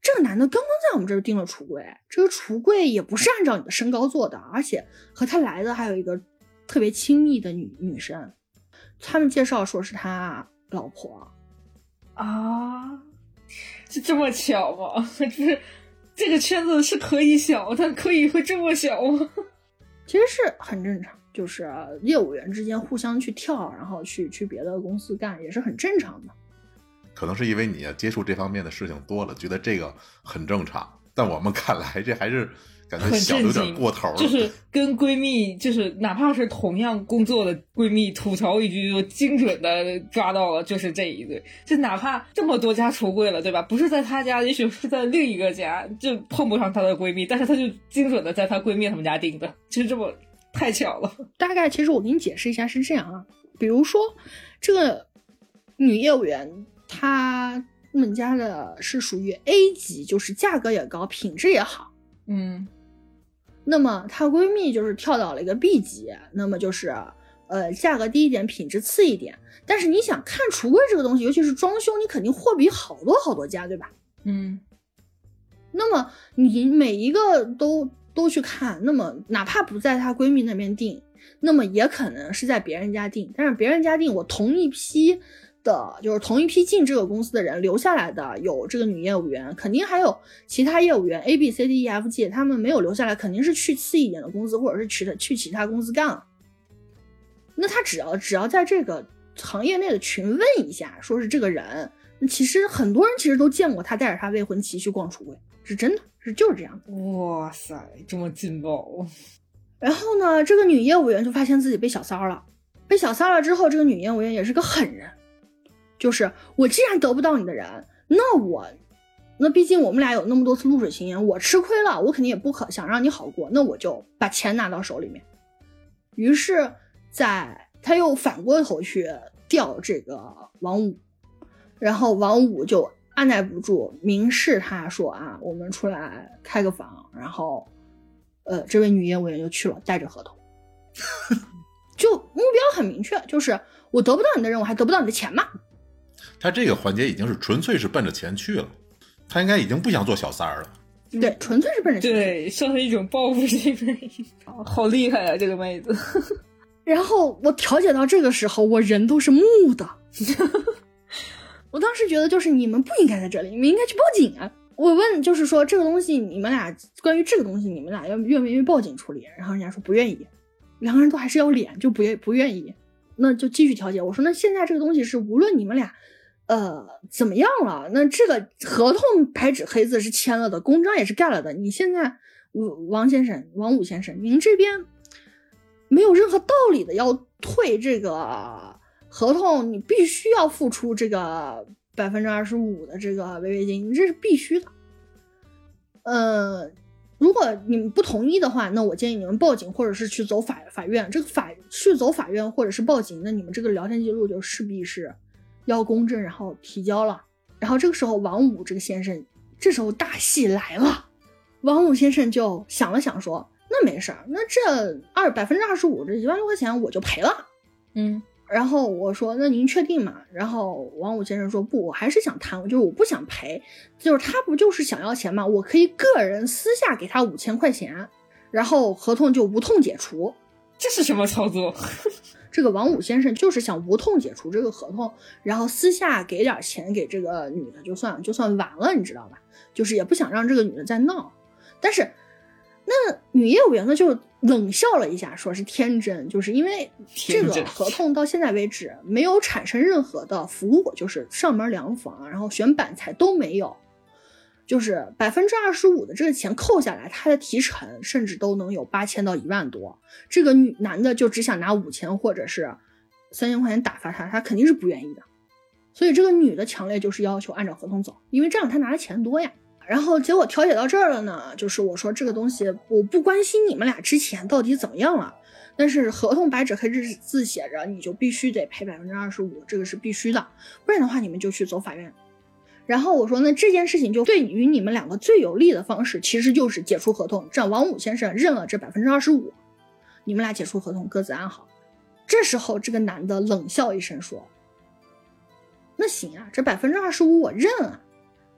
这个男的刚刚在我们这儿订了橱柜，这个橱柜也不是按照你的身高做的，而且和他来的还有一个特别亲密的女女生，他们介绍说是他老婆啊，是这么巧吗？就是这个圈子是可以小，但可以会这么小吗？ 其实是很正常，就是业务员之间互相去跳，然后去去别的公司干，也是很正常的。 可能是因为你接触这方面的事情多了，觉得这个很正常，但我们看来这还是感觉小的有点过头了。 就是跟闺蜜，就是哪怕是同样工作的闺蜜吐槽一句，就精准的抓到了，就是这一对。就哪怕这么多家橱柜了，对吧？不是在她家，也许是在另一个家，就碰不上她的闺蜜，但是她就精准的在她闺蜜他们家订的，就是这么太巧了。 大概其实我给你解释一下是这样啊，比如说这个女业务员。他们家的是属于 A 级，就是价格也高，品质也好。 嗯， 那么她闺蜜就是跳到了一个 B 级，那么就是呃价格低一点，品质次一点。但是你想看橱柜这个东西，尤其是装修，你肯定货比好多好多家，对吧？ 嗯。 那么你每一个都都去看，那么哪怕不在她闺蜜那边订，那么也可能是在别人家订。但是别人家订，我同一批。的就是同一批进这个公司的人留下来的有这个女业务员，肯定还有其他业务员 A B C D E F G， 他们没有留下来，肯定是去次一点的公司，或者是去去其他公司干了。那他只要只要在这个行业内的群问一下，说是这个人，那其实很多人其实都见过他带着他未婚妻去逛橱柜，是真的，是就是这样的。 哇塞，这么劲爆！ 然后呢，这个女业务员就发现自己被小三了，被小三了之后，这个女业务员也是个狠人。就是我既然得不到你的人，那我那毕竟我们俩有那么多次露水情缘，我吃亏了，我肯定也不可想让你好过，那我就把钱拿到手里面。于是在他又反过头去调这个王五，然后王五就按耐不住明示他说啊，我们出来开个房，然后呃这位女业务员就去了，带着合同就目标很明确，就是我得不到你的人，我还得不到你的钱嘛。 他这个环节已经是纯粹是奔着钱去了，他应该已经不想做小三儿了。 对，纯粹是奔着钱去。 对，算是一种报复性的，好厉害啊，这个妹子。 然后我调解到这个时候，我人都是木的。我当时觉得，就是你们不应该在这里，你们应该去报警啊！我问，就是说这个东西，你们俩关于这个东西，你们俩要愿不愿意报警处理？然后人家说不愿意，两个人都还是要脸，就不愿不愿意。那就继续调解。我说那现在这个东西是无论你们俩呃怎么样了，那这个合同白纸黑字是签了的，公章也是盖了的，你现在王先生王武先生您这边没有任何道理的要退这个合同，你必须要付出这个百分之二十五的这个违约金，这是必须的。呃如果你们不同意的话，那我建议你们报警，或者是去走法法院。这个法去走法院或者是报警，那你们这个聊天记录就势必是要公证，然后提交了。然后这个时候王五这个先生，这时候大戏来了。王五先生就想了想说，那没事儿，那这二百分之二十五这一万多块钱我就赔了。 嗯。 然后我说那您确定吗？然后王武先生说不，我还是想谈，就是我不想赔，就是他不就是想要钱吗？我可以个人私下给他五千块钱，然后合同就无痛解除。 这是什么操作？ 这个王武先生就是想无痛解除这个合同，然后私下给点钱给这个女的，就算就算完了，你知道吧？就是也不想让这个女的再闹。但是那女业务员呢就冷笑了一下，说是天真，就是因为这个合同到现在为止没有产生任何的服务，就是上门量房，然后选板材都没有，就是百分之二十五的这个钱扣下来，他的提成甚至都能有八千到一万多。这个女男的就只想拿五千或者是三千块钱打发他，他肯定是不愿意的。所以这个女的强烈就是要求按照合同走，因为这样他拿的钱多呀。然后结果调解到这儿了呢，就是我说这个东西我不关心你们俩之前到底怎么样了，但是合同白纸黑字写着你就必须得赔百分之二十五，这个是必须的，不然的话你们就去走法院。然后我说那这件事情就对于你们两个最有利的方式其实就是解除合同，这样王武先生认了这百分之二十五，你们俩解除合同各自安好。这时候这个男的冷笑一声说，那行啊，这百分之二十五我认啊，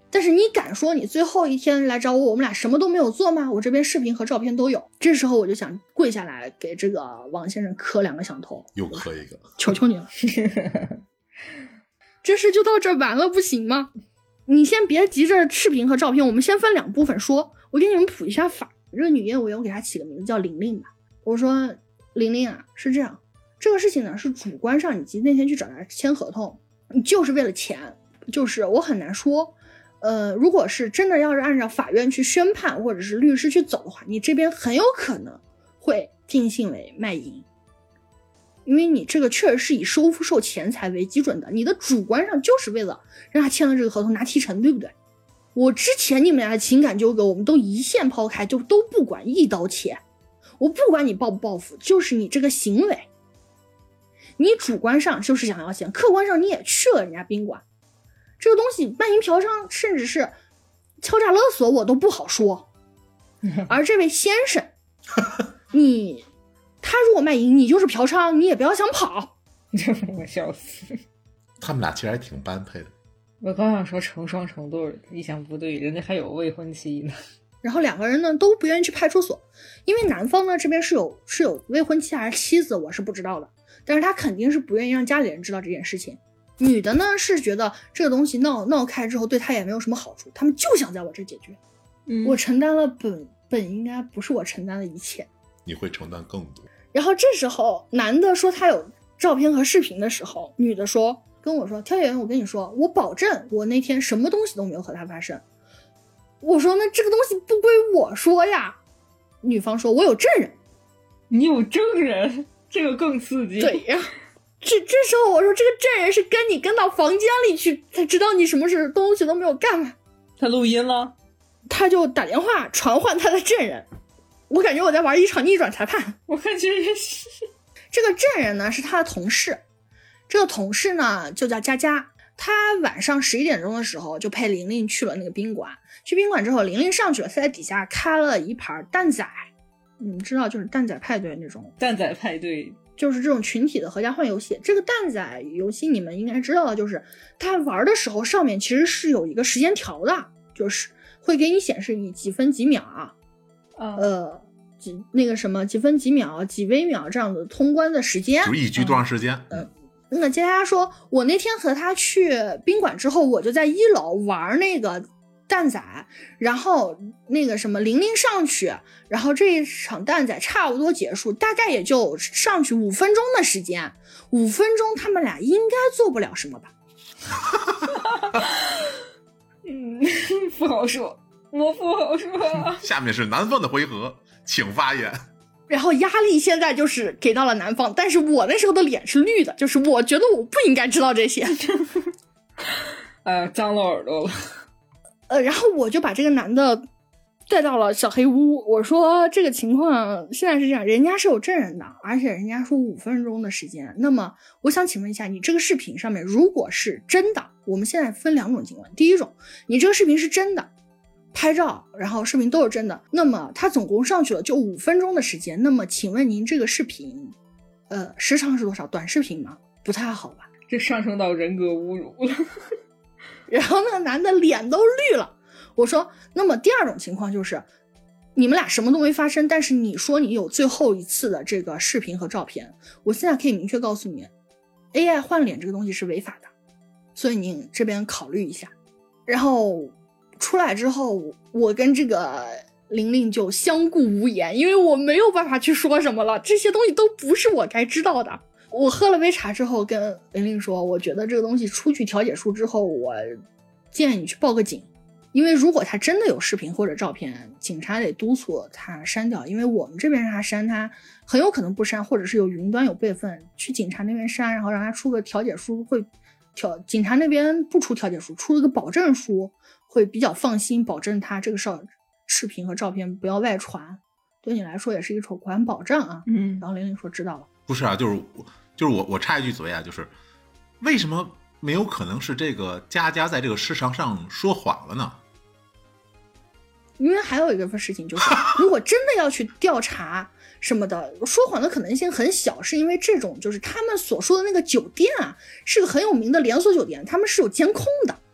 但是你敢说你最后一天来找我，我们俩什么都没有做吗？我这边视频和照片都有。这时候我就想跪下来给这个王先生磕两个响头， 又磕一个， 求求你了。这事就到这完了不行吗？你先别急着视频和照片，我们先分两部分说。我给你们普一下法。这个女业务员我给她起个名字叫玲玲吧。我说玲玲啊，是这样，这个事情呢是主观上，你那天去找她签合同，你就是为了钱，就是我很难说。呃，如果是真的要是按照法院去宣判，或者是律师去走的话，你这边很有可能会定性为卖淫，因为你这个确实是以收受钱财为基准的，你的主观上就是为了让他签了这个合同拿提成，对不对？我之前你们俩的情感纠葛我们都一线抛开，就都不管，一刀切。我不管你报不报复，就是你这个行为，你主观上就是想要钱，客观上你也去了人家宾馆，这个东西卖淫嫖娼甚至是敲诈勒索我都不好说。而这位先生你他如果卖淫，你就是嫖娼，你也不要想跑。 我笑死。 他们俩其实还挺般配的。 我刚想说成双成对，一想不对，人家还有未婚妻呢。 然后两个人呢都不愿意去派出所，因为男方呢这边是有是有未婚妻还是妻子我是不知道的，但是他肯定是不愿意让家里人知道这件事情。女的呢是觉得这个东西闹闹开之后对他也没有什么好处，他们就想在我这解决。嗯，我承担了本本应该不是我承担的一切， 你会承担更多。 然后这时候男的说他有照片和视频的时候，女的说跟我说，挑演员我跟你说，我保证我那天什么东西都没有和他发生。我说那这个东西不归我说呀。女方说我有证人。 你有证人，这个更刺激。 对呀，这这时候我说这个证人是跟你跟到房间里去才知道你什么事东西都没有干嘛。 他录音了， 他就打电话传唤他的证人。我感觉我在玩一场逆转裁判。 我感觉也是。 这个证人呢是他的同事，这个同事呢就叫佳佳。他晚上十一点钟的时候就陪玲玲去了那个宾馆。去宾馆之后，玲玲上去了，他在底下开了一盘蛋仔。你们知道就是蛋仔派对那种， 蛋仔派对就是这种群体的合家欢游戏。这个蛋仔游戏你们应该知道的，就是他玩的时候上面其实是有一个时间条的，就是会给你显示你几分几秒啊， 嗯、 呃几那个什么几分几秒几微秒这样的通关的时间， 就是一局多长时间。 嗯、呃那个佳佳说我那天和他去宾馆之后，我就在一楼玩那个蛋仔，然后那个什么玲玲上去，然后这一场蛋仔差不多结束，大概也就上去五分钟的时间，五分钟他们俩应该做不了什么吧。 嗯，不好说，我不好说。 下面是男方的回合，请发言。 然后压力现在就是给到了男方，但是我那时候的脸是绿的，就是我觉得我不应该知道这些。 呃，脏了耳朵了。 呃，然后我就把这个男的带到了小黑屋，我说这个情况现在是这样，人家是有证人的，而且人家说五分钟的时间。那么我想请问一下，你这个视频上面如果是真的，我们现在分两种情况，第一种，你这个视频是真的，拍照然后视频都是真的，那么他总共上去了就五分钟的时间，那么请问您这个视频呃时长是多少？短视频吗？不太好吧， 这上升到人格侮辱了。 然后那个男的脸都绿了。我说那么第二种情况就是你们俩什么都没发生，但是你说你有最后一次的这个视频和照片，我现在可以明确告诉你 A I 换脸这个东西是违法的，所以您这边考虑一下。然后出来之后我跟这个玲玲就相顾无言，因为我没有办法去说什么了，这些东西都不是我该知道的。我喝了杯茶之后跟玲玲说，我觉得这个东西出去调解书之后，我建议你去报个警，因为如果他真的有视频或者照片，警察得督促他删掉，因为我们这边让他删，他很有可能不删，或者是有云端有备份，去警察那边删，然后让他出个调解书，会调警察那边不出调解书，出了个保证书，会比较放心，保证他这个事视频和照片不要外传，对你来说也是一种管保障啊。 嗯， 然后玲玲说知道了。 不是啊，就是就是我我插一句嘴啊，就是为什么没有可能是这个佳佳在这个市场上说谎了呢？ 因为还有一个事情就是，如果真的要去调查什么的，说谎的可能性很小，是因为这种就是他们所说的那个酒店啊，是个很有名的连锁酒店，他们是有监控的，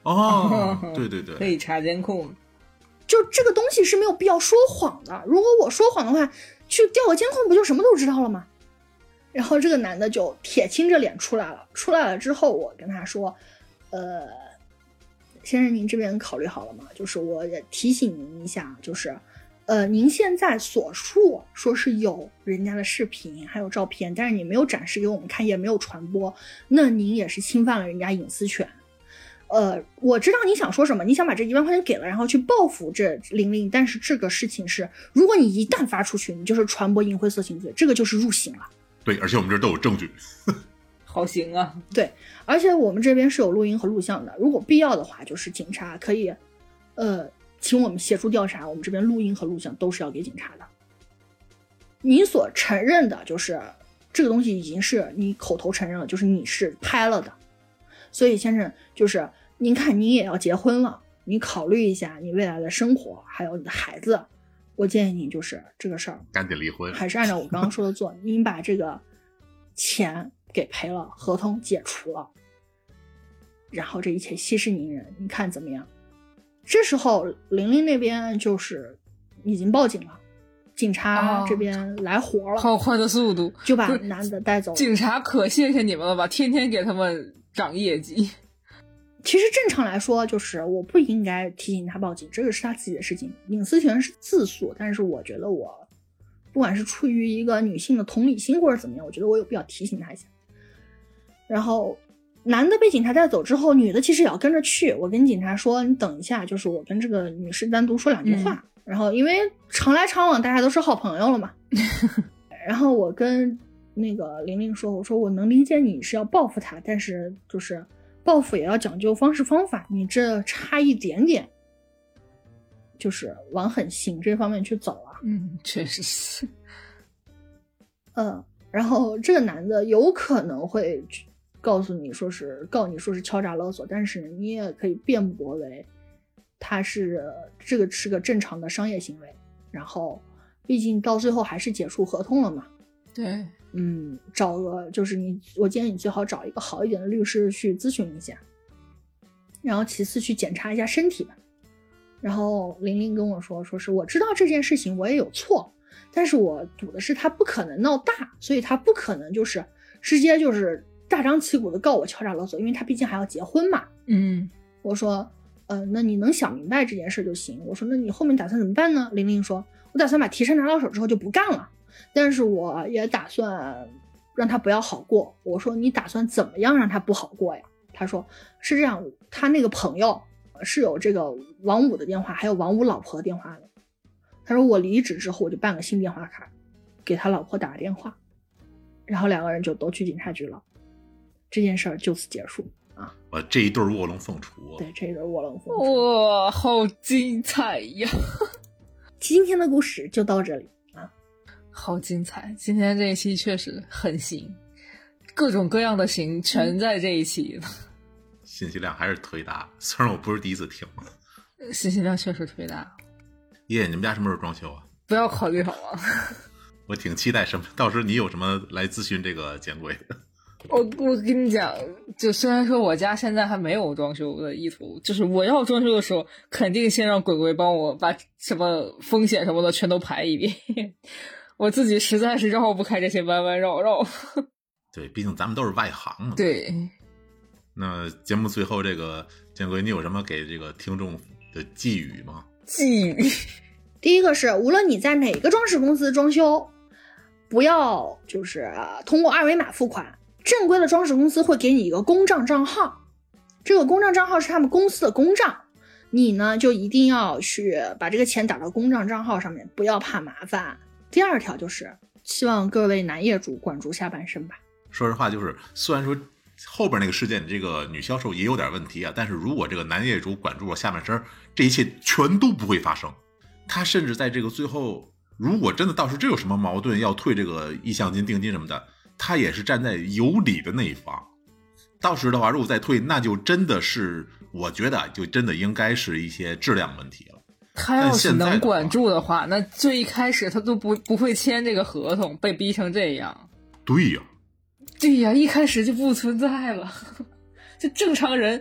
哦，对对对， 可以查监控。 就这个东西是没有必要说谎的，如果我说谎的话，去调个监控不就什么都知道了吗？然后这个男的就铁青着脸出来了，出来了之后我跟他说，呃，先生您这边考虑好了吗？就是我也提醒您一下，就是呃，您现在所述说是有人家的视频还有照片，但是你没有展示给我们看，也没有传播，那您也是侵犯了人家隐私权。呃，我知道你想说什么，你想把这一万块钱给了，然后去报复这玲玲，但是这个事情是，如果你一旦发出去，你就是传播淫秽色情罪，这个就是入刑了。 对，而且我们这都有证据。 好刑啊！ 对，而且我们这边是有录音和录像的，如果必要的话，就是警察可以，呃，请我们协助调查，我们这边录音和录像都是要给警察的。你所承认的就是这个东西已经是你口头承认了，就是你是拍了的。所以先生，就是您看您也要结婚了，你考虑一下你未来的生活还有你的孩子，我建议你就是这个事儿赶紧离婚， 还是按照我刚刚说的做。您把这个钱给赔了，合同解除了，然后这一切息事宁人，你看怎么样？这时候玲玲那边就是已经报警了，警察这边来活了， 好快的速度就把男的带走了。 警察可谢谢你们了吧，天天给他们涨业绩。 其实正常来说，就是我不应该提醒他报警，这个是他自己的事情，隐私权是自诉。但是我觉得我不管是出于一个女性的同理心或者怎么样，我觉得我有必要提醒他一下。然后男的被警察带走之后，女的其实也要跟着去。我跟警察说，你等一下，就是我跟这个女士单独说两句话。嗯、然后因为常来常往，大家都是好朋友了嘛。然后我跟那个玲玲说，我说我能理解你是要报复他，但是就是报复也要讲究方式方法，你这差一点点就是往狠刑这方面去走了。 嗯，确实是。 嗯，然后这个男的有可能会告诉你说是告你说是敲诈勒索，但是你也可以辩驳为他是这个是个正常的商业行为，然后毕竟到最后还是解除合同了嘛。 对， 嗯，找个就是你，我建议你最好找一个好一点的律师去咨询一下，然后其次去检查一下身体吧。然后玲玲跟我说，说是我知道这件事情我也有错，但是我赌的是他不可能闹大，所以他不可能就是直接就是大张旗鼓的告我敲诈勒索，因为他毕竟还要结婚嘛。 嗯， 我说，呃，那你能想明白这件事就行。我说，那你后面打算怎么办呢？玲玲说，我打算把提成拿到手之后就不干了。但是我也打算让他不要好过。我说你打算怎么样让他不好过呀？他说是这样，他那个朋友是有这个王五的电话，还有王五老婆的电话的。他说我离职之后我就办个新电话卡，给他老婆打个电话，然后两个人就都去警察局了。这件事儿就此结束啊！ 哇，这一对卧龙凤雏， 对，这一对卧龙凤雏， 哇，好精彩呀！ 今天的故事就到这里。 好精彩！今天这一期确实很行，各种各样的行全在这一期了。 信息量还是忒大，虽然我不是第一次听。 信息量确实忒大。 爷，你们家什么时候装修啊？ 不要考虑好吗？ 我挺期待什么，到时候你有什么来咨询这个监柜的？ 我我跟你讲，就虽然说我家现在还没有装修的意图，就是我要装修的时候，肯定先让鬼鬼帮我把什么风险什么的全都排一遍。我自己实在是绕不开这些弯弯绕绕。 对，毕竟咱们都是外行嘛。 对。 那节目最后这个建贵，你有什么给这个听众的寄语吗？ 寄语， 第一个是，无论你在哪个装饰公司装修，不要就是通过二维码付款，正规的装饰公司会给你一个公账账号，这个公账账号是他们公司的公账，你呢就一定要去把这个钱打到公账账号上面，不要怕麻烦。第二条就是希望各位男业主管住下半身吧。 说实话，就是虽然说后边那个事件这个女销售也有点问题啊，但是如果这个男业主管住了下半身，这一切全都不会发生。他甚至在这个最后，如果真的到时真有什么矛盾要退这个意向金定金什么的，他也是站在有理的那一方。到时的话如果再退，那就真的是我觉得就真的应该是一些质量问题了。 他要是能管住的话，那最一开始他都不不会签这个合同，被逼成这样。 对呀， 对呀，一开始就不存在了。就正常人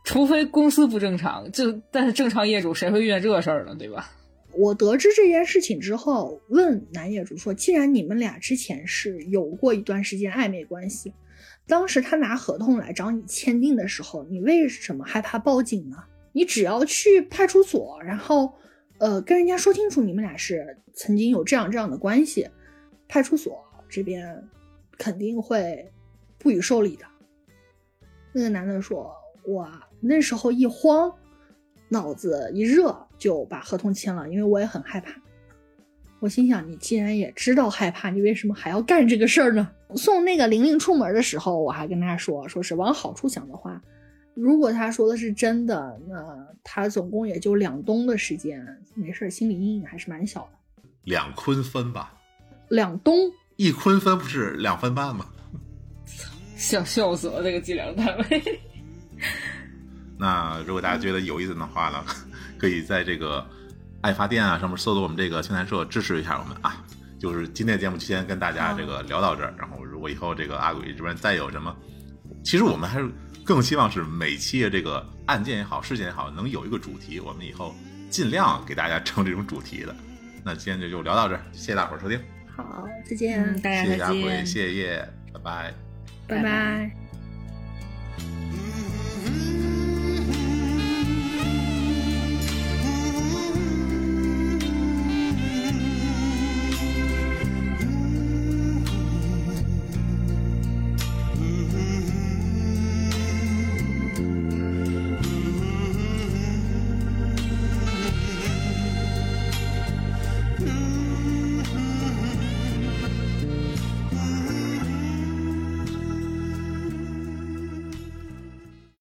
除非公司不正常，就但是正常业主谁会遇见这事儿呢，对吧？ 我得知这件事情之后，问男业主说，既然你们俩之前是有过一段时间暧昧关系，当时他拿合同来找你签订的时候，你为什么害怕报警呢？你只要去派出所，然后呃跟人家说清楚你们俩是曾经有这样这样的关系，派出所这边肯定会不予受理的。那个男的说，我那时候一慌，脑子一热就把合同签了，因为我也很害怕。我心想，你既然也知道害怕，你为什么还要干这个事儿呢？送那个玲玲出门的时候，我还跟他说，说是往好处想的话，如果他说的是真的，那他总共也就两冬的时间，没事，心理阴影还是蛮小的。 两坤分吧， 两冬一坤分不是两分半吗？ 笑笑死了，这个计量单位。 那如果大家觉得有意思的话呢，可以在这个爱发电啊上面搜索我们这个青谈社，支持一下我们啊。就是今天的节目就先跟大家这个聊到这儿，然后如果以后这个阿鬼这边再有什么，其实我们还是更希望是每期的这个案件也好，事件也好，能有一个主题，我们以后尽量给大家成这种主题的。那今天就就聊到这儿，谢谢大伙儿收听。 好，再见， 嗯、大家再见， 谢谢阿鬼，谢谢叶，拜拜， 拜拜。